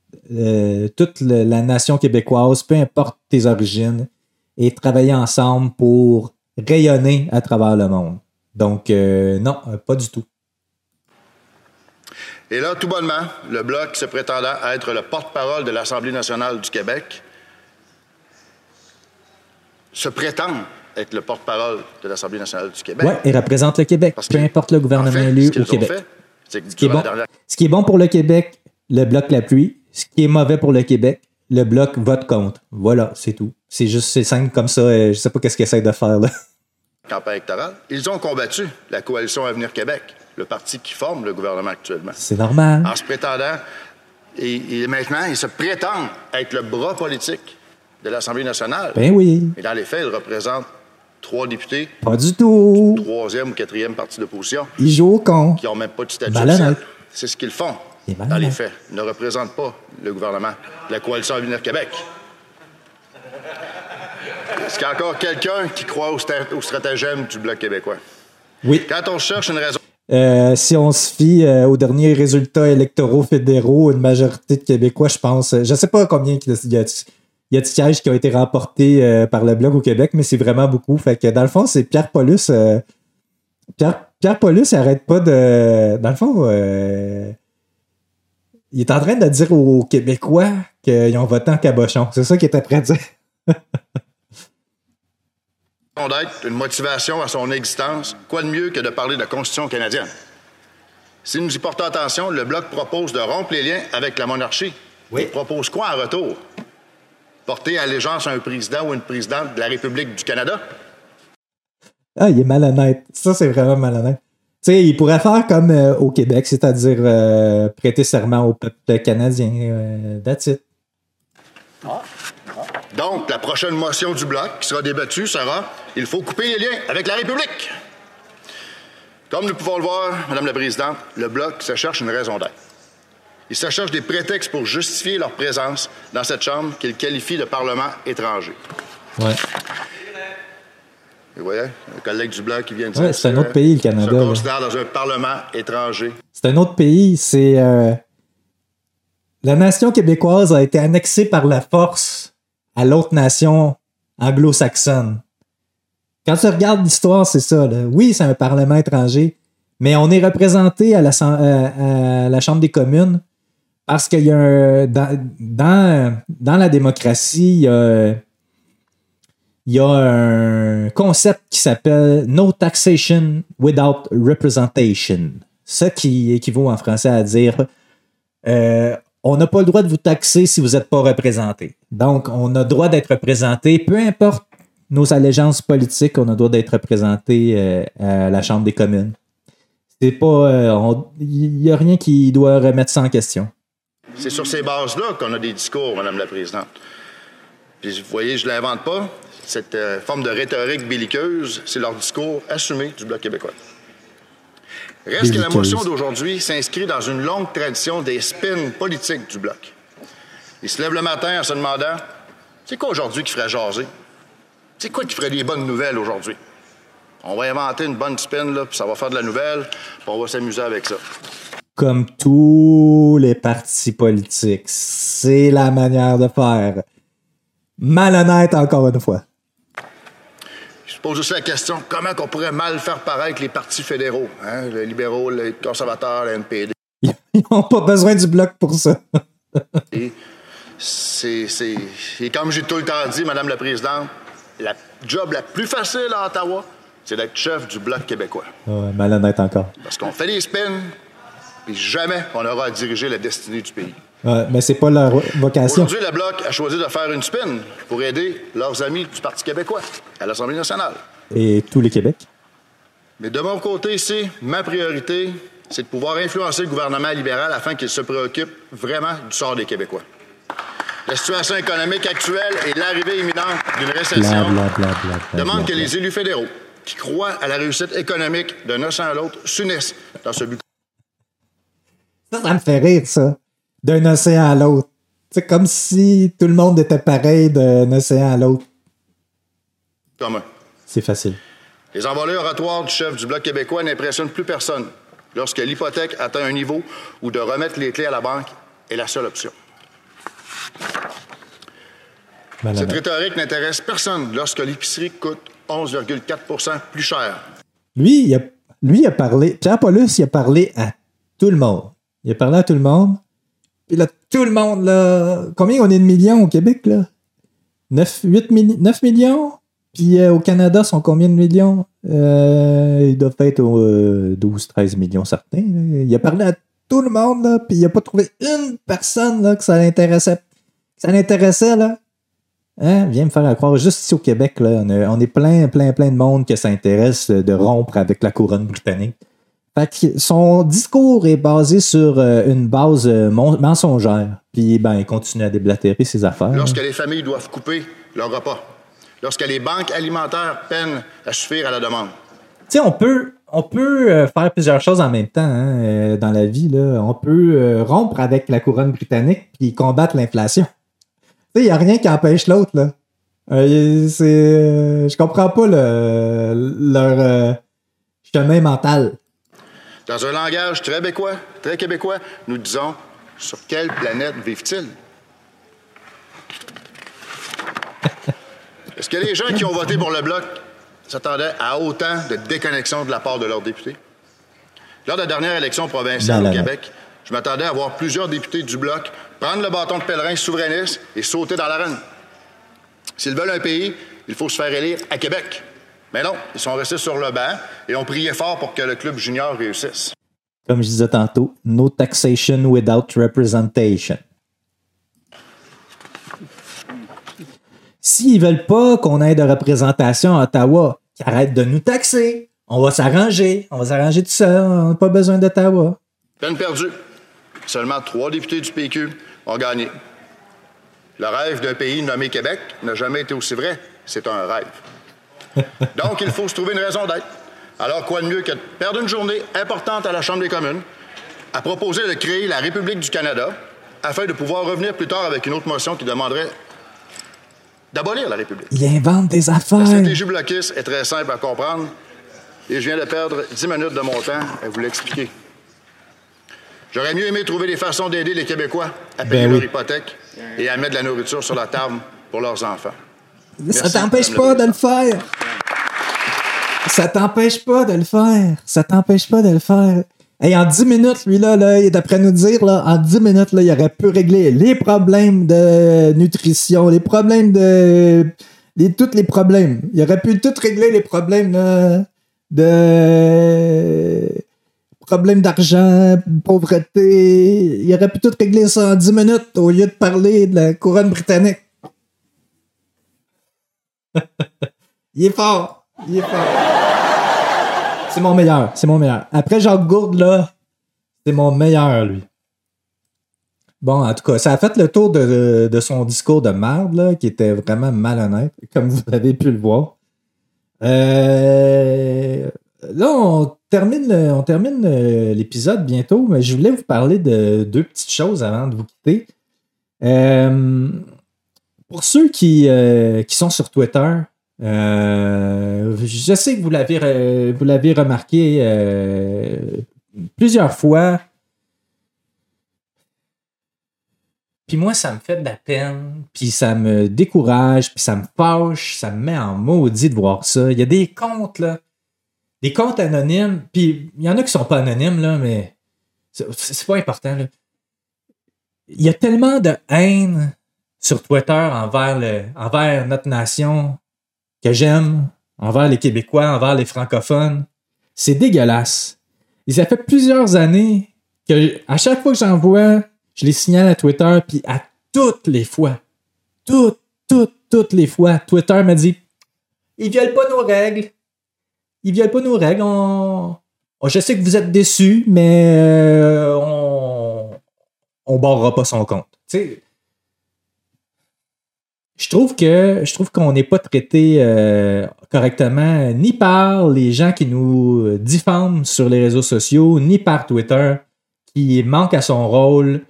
la nation québécoise, peu importe tes origines, et travailler ensemble pour rayonner à travers le monde. Donc, non, pas du tout. Et là, tout bonnement, le Bloc se prétendant être le porte-parole de l'Assemblée nationale du Québec se prétend être le porte-parole de l'Assemblée nationale du Québec. Oui, il représente le Québec, peu importe le gouvernement élu au Québec. Ce qui est bon pour le Québec, le Bloc l'appuie. Ce qui est mauvais pour le Québec, le Bloc vote contre. Voilà, c'est tout. C'est simple comme ça. Je sais pas qu'est-ce qu'il essaie de faire, là. campagne électorale, ils ont combattu la coalition Avenir Québec, le parti qui forme le gouvernement actuellement. C'est normal. En se prétendant, et maintenant, ils se prétendent être le bras politique de l'Assemblée nationale. Ben oui. Et dans les faits, ils représentent 3 députés. Pas du tout. Du 3e ou 4e parti d'opposition. Ils jouent au con. Qui n'ont même pas de statut Malhonnête. officiel. C'est ce qu'ils font dans les faits. Ils ne représentent pas le gouvernement, la coalition Avenir Québec. Est-ce qu'il y a encore quelqu'un qui croit au stratagème du Bloc québécois? Oui. Quand on cherche une raison... Si on se fie aux derniers résultats électoraux fédéraux, une majorité de Québécois, je pense, je ne sais pas combien il y a de sièges qui ont été remportés par le Bloc au Québec, mais c'est vraiment beaucoup. Fait que dans le fond, c'est Pierre Paulus. Pierre Paulus, il n'arrête pas de... Dans le fond, il est en train de dire aux Québécois qu'ils ont voté en cabochon. C'est ça qu'il était prêt à dire. D'être une motivation à son existence, quoi de mieux que de parler de la Constitution canadienne? Si nous y portons attention, le Bloc propose de rompre les liens avec la monarchie. Oui. Il propose quoi en retour? Porter allégeance à un président ou une présidente de la République du Canada? Ah, il est malhonnête. Ça, c'est vraiment malhonnête. Tu sais, il pourrait faire comme au Québec, c'est-à-dire prêter serment au peuple canadien. That's it. Donc, la prochaine motion du Bloc qui sera débattue sera « Il faut couper les liens avec la République ». Comme nous pouvons le voir, Madame la Présidente, le Bloc se cherche une raison d'être. Il se cherche des prétextes pour justifier leur présence dans cette Chambre qu'il qualifie de Parlement étranger. Ouais. Vous voyez, un collègue du Bloc qui vient de dire... Ouais, c'est un autre pays, le Canada. Se considère dans un Parlement étranger. C'est un autre pays. C'est... La nation québécoise a été annexée par la force à l'autre nation anglo-saxonne. Quand tu regardes l'histoire, c'est ça. Là. Oui, c'est un parlement étranger, mais on est représenté à la Chambre des communes parce qu'il y a dans la démocratie, il y a un concept qui s'appelle « No taxation without representation ». Ce qui équivaut en français à dire on n'a pas le droit de vous taxer si vous n'êtes pas représenté. Donc, on a le droit d'être représenté, peu importe nos allégeances politiques, on a le droit d'être représenté à la Chambre des communes. C'est pas... Il n'y a rien qui doit remettre ça en question. C'est sur ces bases-là qu'on a des discours, Madame la Présidente. Puis, vous voyez, je ne l'invente pas. Cette forme de rhétorique belliqueuse, c'est leur discours assumé du Bloc québécois. Reste que la motion d'aujourd'hui s'inscrit dans une longue tradition des spins politiques du Bloc. Ils se lèvent le matin en se demandant « C'est quoi aujourd'hui qui ferait jaser? C'est quoi qui ferait des bonnes nouvelles aujourd'hui? On va inventer une bonne spin, là, puis ça va faire de la nouvelle, puis on va s'amuser avec ça. » Comme tous les partis politiques, c'est la manière de faire. Malhonnête encore une fois. Je pose aussi la question, comment on pourrait mal faire paraître les partis fédéraux, hein? Les libéraux, les conservateurs, le NPD. Ils n'ont pas besoin du Bloc pour ça. Et comme j'ai tout le temps dit, Madame la Présidente, la job la plus facile à Ottawa, c'est d'être chef du Bloc québécois. Ouais, malhonnête encore. Parce qu'on fait des spins, puis jamais on aura à diriger la destinée du pays. Ouais, mais c'est pas leur vocation. Aujourd'hui, le Bloc a choisi de faire une spin pour aider leurs amis du Parti québécois à l'Assemblée nationale. Et tous les Québec. Mais de mon côté ici, ma priorité, c'est de pouvoir influencer le gouvernement libéral afin qu'il se préoccupe vraiment du sort des Québécois. La situation économique actuelle et l'arrivée imminente d'une récession demandent que les élus fédéraux, qui croient à la réussite économique d'un océan à l'autre, s'unissent dans ce but. Ça me fait rire, ça. D'un océan à l'autre. C'est comme si tout le monde était pareil d'un océan à l'autre. Commun. C'est facile. Les envolées oratoires du chef du Bloc québécois n'impressionnent plus personne lorsque l'hypothèque atteint un niveau où de remettre les clés à la banque est la seule option. Cette rhétorique n'intéresse personne lorsque l'épicerie coûte 11,4 % plus cher. Lui, il a parlé... Pierre Paulus, il a parlé à tout le monde. Il a parlé à tout le monde. Puis là, tout le monde, là... Combien on est de millions au Québec, là? 9 millions? Puis au Canada, sont combien de millions? Ils doivent être aux 12-13 millions certains. Là. Il a parlé à tout le monde, là, puis il n'a pas trouvé une personne là, que ça l'intéressait. Ça l'intéressait, là. Hein? Viens me faire croire. Juste ici au Québec, là, on est plein de monde qui s'intéresse de rompre avec la couronne britannique. Fait que son discours est basé sur une base mensongère. Puis, il continue à déblatérer ses affaires. Lorsque les familles doivent couper leur repas, lorsque les banques alimentaires peinent à suffire à la demande. Tu sais, on peut faire plusieurs choses en même temps dans la vie. Là. On peut rompre avec la couronne britannique puis combattre l'inflation. Tu sais, il n'y a rien qui empêche l'autre. Là. Je comprends pas leur chemin mental. Dans un langage très québécois, nous disons « Sur quelle planète vivent-ils? » Est-ce que les gens qui ont voté pour le Bloc s'attendaient à autant de déconnexion de la part de leurs députés? Lors de la dernière élection provinciale au Québec, je m'attendais à voir plusieurs députés du Bloc prendre le bâton de pèlerin souverainiste et sauter dans l'arène. S'ils veulent un pays, il faut se faire élire à Québec. Mais non, ils sont restés sur le banc et ont prié fort pour que le club junior réussisse. Comme je disais tantôt, no taxation without representation. S'ils veulent pas qu'on ait de représentation à Ottawa, qu'ils arrêtent de nous taxer. On va s'arranger. On va s'arranger tout seul. On n'a pas besoin d'Ottawa. Peine perdue. Seulement 3 députés du PQ ont gagné. Le rêve d'un pays nommé Québec n'a jamais été aussi vrai. C'est un rêve. Donc, il faut se trouver une raison d'être. Alors, quoi de mieux que de perdre une journée importante à la Chambre des communes à proposer de créer la République du Canada afin de pouvoir revenir plus tard avec une autre motion qui demanderait d'abolir la République. Il invente des affaires. La stratégie bloquiste est très simple à comprendre et je viens de perdre 10 minutes de mon temps à vous l'expliquer. J'aurais mieux aimé trouver des façons d'aider les Québécois à payer leur hypothèque et à mettre de la nourriture sur la table pour leurs enfants. Ça t'empêche pas de le faire. Ça t'empêche pas de le faire. Ça t'empêche pas de le faire. Hey, en 10 minutes, lui, là, d'après nous dire, là, en 10 minutes, là, il aurait pu régler les problèmes de nutrition, les problèmes tous les problèmes. Il aurait pu tout régler les problèmes là, problèmes d'argent, pauvreté. Il aurait pu tout régler ça en 10 minutes au lieu de parler de la couronne britannique. Il est fort. C'est mon meilleur. Après Jacques Gourde, là, c'est mon meilleur, lui. Bon, en tout cas, ça a fait le tour de son discours de merde, là, qui était vraiment malhonnête, comme vous avez pu le voir. Là, on termine l'épisode bientôt, mais je voulais vous parler de 2 petites choses avant de vous quitter. Pour ceux qui sont sur Twitter, je sais que vous l'avez remarqué plusieurs fois. Puis moi, ça me fait de la peine, puis ça me décourage, puis ça me fâche, ça me met en maudit de voir ça. Il y a des comptes, là, des comptes anonymes, puis il y en a qui sont pas anonymes, là, mais c'est pas important, là. Il y a tellement de haine sur Twitter envers notre nation que j'aime, envers les Québécois, envers les francophones. C'est dégueulasse. Et ça fait plusieurs années que à chaque fois que j'en vois, je les signale à Twitter, puis à toutes les fois, toutes les fois, Twitter m'a dit « Ils violent pas nos règles. Je sais que vous êtes déçus, mais on barrera pas son compte. » Tu sais, je trouve qu'on n'est pas traité correctement ni par les gens qui nous diffament sur les réseaux sociaux, ni par Twitter, qui manque à son rôle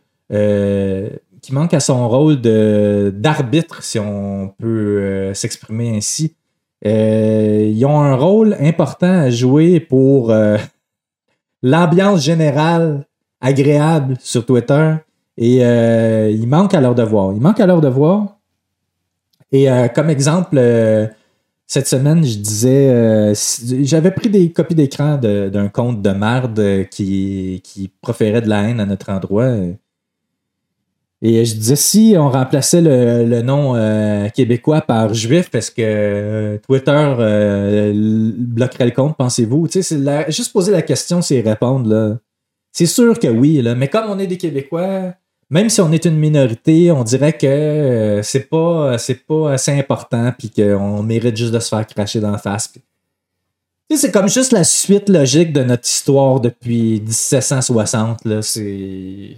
d'arbitre, si on peut s'exprimer ainsi. Ils ont un rôle important à jouer pour l'ambiance générale agréable sur Twitter et ils manquent à leur devoir. Et comme exemple, cette semaine, je disais, j'avais pris des copies d'écran d'un compte de merde qui proférait de la haine à notre endroit. Et je disais, si on remplaçait le nom québécois par juif, parce que Twitter bloquerait le compte, pensez-vous? Tu sais, juste poser la question, c'est répondre, là. C'est sûr que oui, là. Mais comme on est des Québécois, même si on est une minorité, on dirait que c'est pas assez important puis qu'on mérite juste de se faire cracher dans la face. Puis, c'est comme juste la suite logique de notre histoire depuis 1760. Là. Puis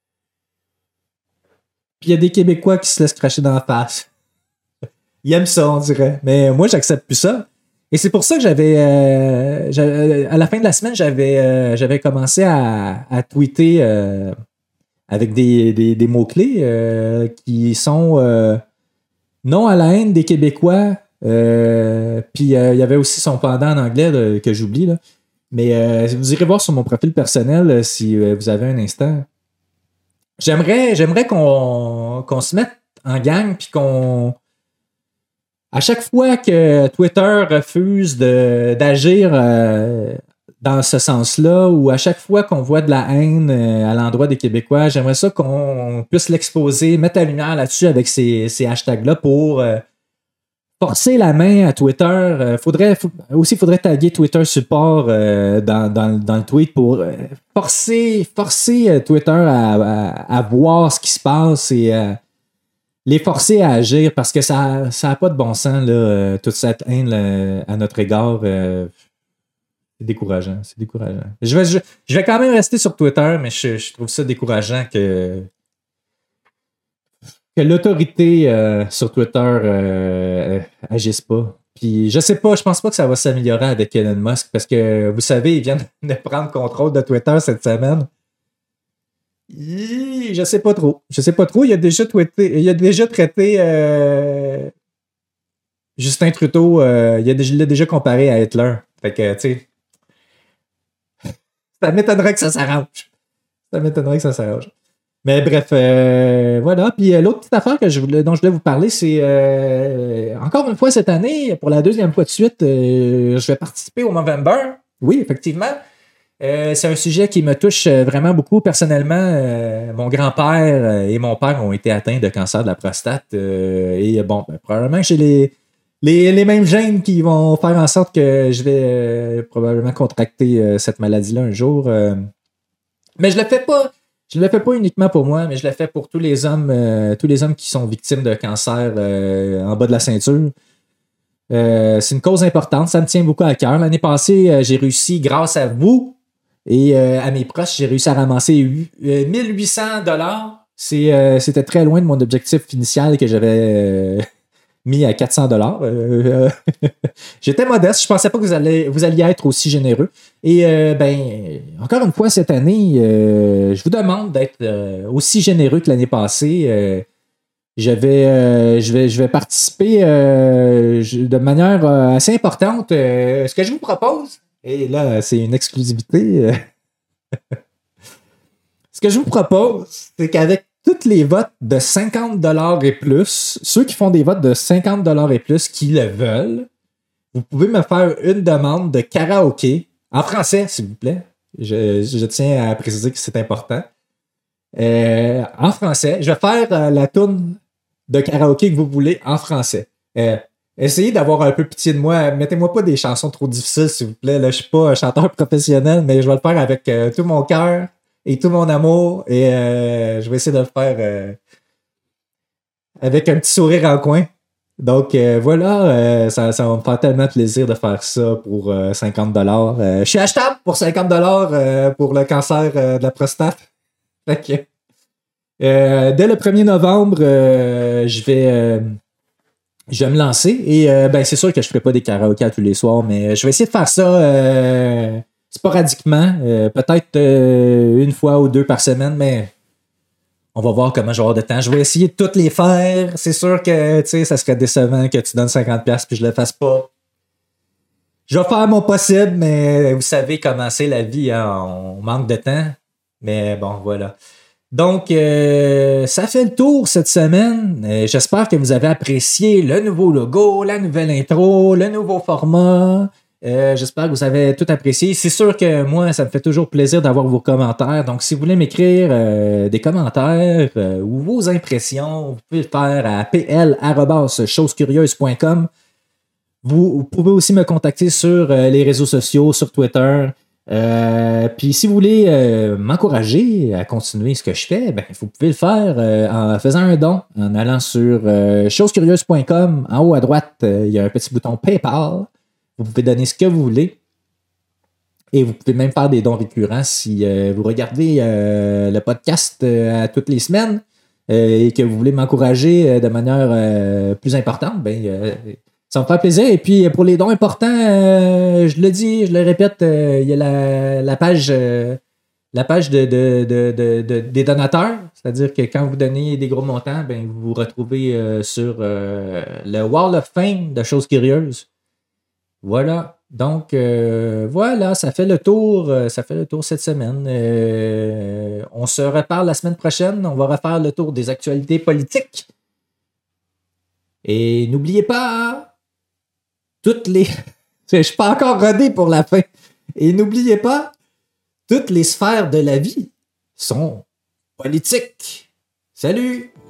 il y a des Québécois qui se laissent cracher dans la face. Ils aiment ça, on dirait. Mais moi, j'accepte plus ça. Et c'est pour ça que j'avais à la fin de la semaine, j'avais commencé à tweeter avec des mots-clés qui sont non à la haine des Québécois. Puis il y avait aussi son pendant en anglais que j'oublie. Là. Mais vous irez voir sur mon profil personnel si vous avez un instant. J'aimerais qu'on se mette en gang puis qu'on... À chaque fois que Twitter refuse d'agir dans ce sens-là, ou à chaque fois qu'on voit de la haine à l'endroit des Québécois, j'aimerais ça qu'on puisse l'exposer, mettre la lumière là-dessus avec ces hashtags-là pour forcer la main à Twitter. Faudrait taguer Twitter support dans le tweet pour forcer Twitter à voir ce qui se passe et les forcer à agir parce que ça n'a pas de bon sens, là, toute cette haine là, à notre égard. C'est décourageant. Je vais quand même rester sur Twitter, mais je trouve ça décourageant que l'autorité sur Twitter agisse pas. Puis je sais pas, je pense pas que ça va s'améliorer avec Elon Musk parce que, vous savez, il vient de prendre contrôle de Twitter cette semaine. Je sais pas trop. Il a déjà traité Justin Trudeau, il l'a déjà comparé à Hitler. Fait que, tu sais, ça m'étonnerait que ça s'arrange. Mais bref, voilà. Puis l'autre petite affaire dont je voulais vous parler, c'est encore une fois cette année, pour la deuxième fois de suite, je vais participer au Movember. Oui, effectivement. C'est un sujet qui me touche vraiment beaucoup. Personnellement, mon grand-père et mon père ont été atteints de cancer de la prostate. Et bon, probablement que j'ai les mêmes gènes qui vont faire en sorte que je vais probablement contracter cette maladie-là un jour. Mais je le fais pas uniquement pour moi, mais je le fais pour tous les hommes qui sont victimes de cancer en bas de la ceinture. C'est une cause importante, ça me tient beaucoup à cœur. L'année passée, j'ai réussi, grâce à vous et à mes proches, j'ai réussi à ramasser 1800 $. C'était très loin de mon objectif initial que j'avais mis à 400 $. J'étais modeste, je pensais pas que vous alliez être aussi généreux. Et encore une fois, cette année, je vous demande d'être aussi généreux que l'année passée. Je vais participer de manière assez importante. Ce que je vous propose, et là, c'est une exclusivité. Ce que je vous propose, c'est qu'avec tous les votes de 50 $ et plus, ceux qui font des votes de 50 $ et plus qui le veulent, vous pouvez me faire une demande de karaoké, en français, s'il vous plaît. Je tiens à préciser que c'est important. En français, je vais faire la toune de karaoké que vous voulez en français. Essayez d'avoir un peu pitié de moi. Mettez-moi pas des chansons trop difficiles, s'il vous plaît. Là, je suis pas un chanteur professionnel, mais je vais le faire avec tout mon cœur et tout mon amour. Et je vais essayer de le faire avec un petit sourire en coin. Donc voilà, ça va me faire tellement plaisir de faire ça pour 50 $. Je suis achetable pour 50 $ pour le cancer de la prostate. Fait que, dès le 1er novembre, je vais me lancer et c'est sûr que je ne ferai pas des karaokés à tous les soirs, mais je vais essayer de faire ça sporadiquement, peut-être une fois ou deux par semaine, mais on va voir comment je vais avoir de temps. Je vais essayer de toutes les faire. C'est sûr que ça serait décevant que tu donnes 50$ puis je le fasse pas. Je vais faire mon possible, mais vous savez comment c'est la vie, hein? On manque de temps. Mais bon, voilà. Donc, ça fait le tour cette semaine. J'espère que vous avez apprécié le nouveau logo, la nouvelle intro, le nouveau format. J'espère que vous avez tout apprécié. C'est sûr que moi, ça me fait toujours plaisir d'avoir vos commentaires. Donc, si vous voulez m'écrire des commentaires ou vos impressions, vous pouvez le faire à pl@chosescurieuses.com. Vous pouvez aussi me contacter sur les réseaux sociaux, sur Twitter. Puis si vous voulez m'encourager à continuer ce que je fais, ben, vous pouvez le faire en faisant un don, en allant sur chosescurieuses.com. En haut à droite, il y a un petit bouton PayPal. Vous pouvez donner ce que vous voulez. Et vous pouvez même faire des dons récurrents si vous regardez le podcast à toutes les semaines et que vous voulez m'encourager de manière plus importante, ben, ça me fait plaisir. Et puis, pour les dons importants, je le dis, je le répète, il y a la page des donateurs. C'est-à-dire que quand vous donnez des gros montants, ben, vous vous retrouvez sur le Wall of Fame de Choses Curieuses. Voilà. Donc, voilà, ça fait le tour cette semaine. On se reparle la semaine prochaine. On va refaire le tour des actualités politiques. Et n'oubliez pas... Je suis pas encore rodé pour la fin. Et n'oubliez pas, toutes les sphères de la vie sont politiques. Salut!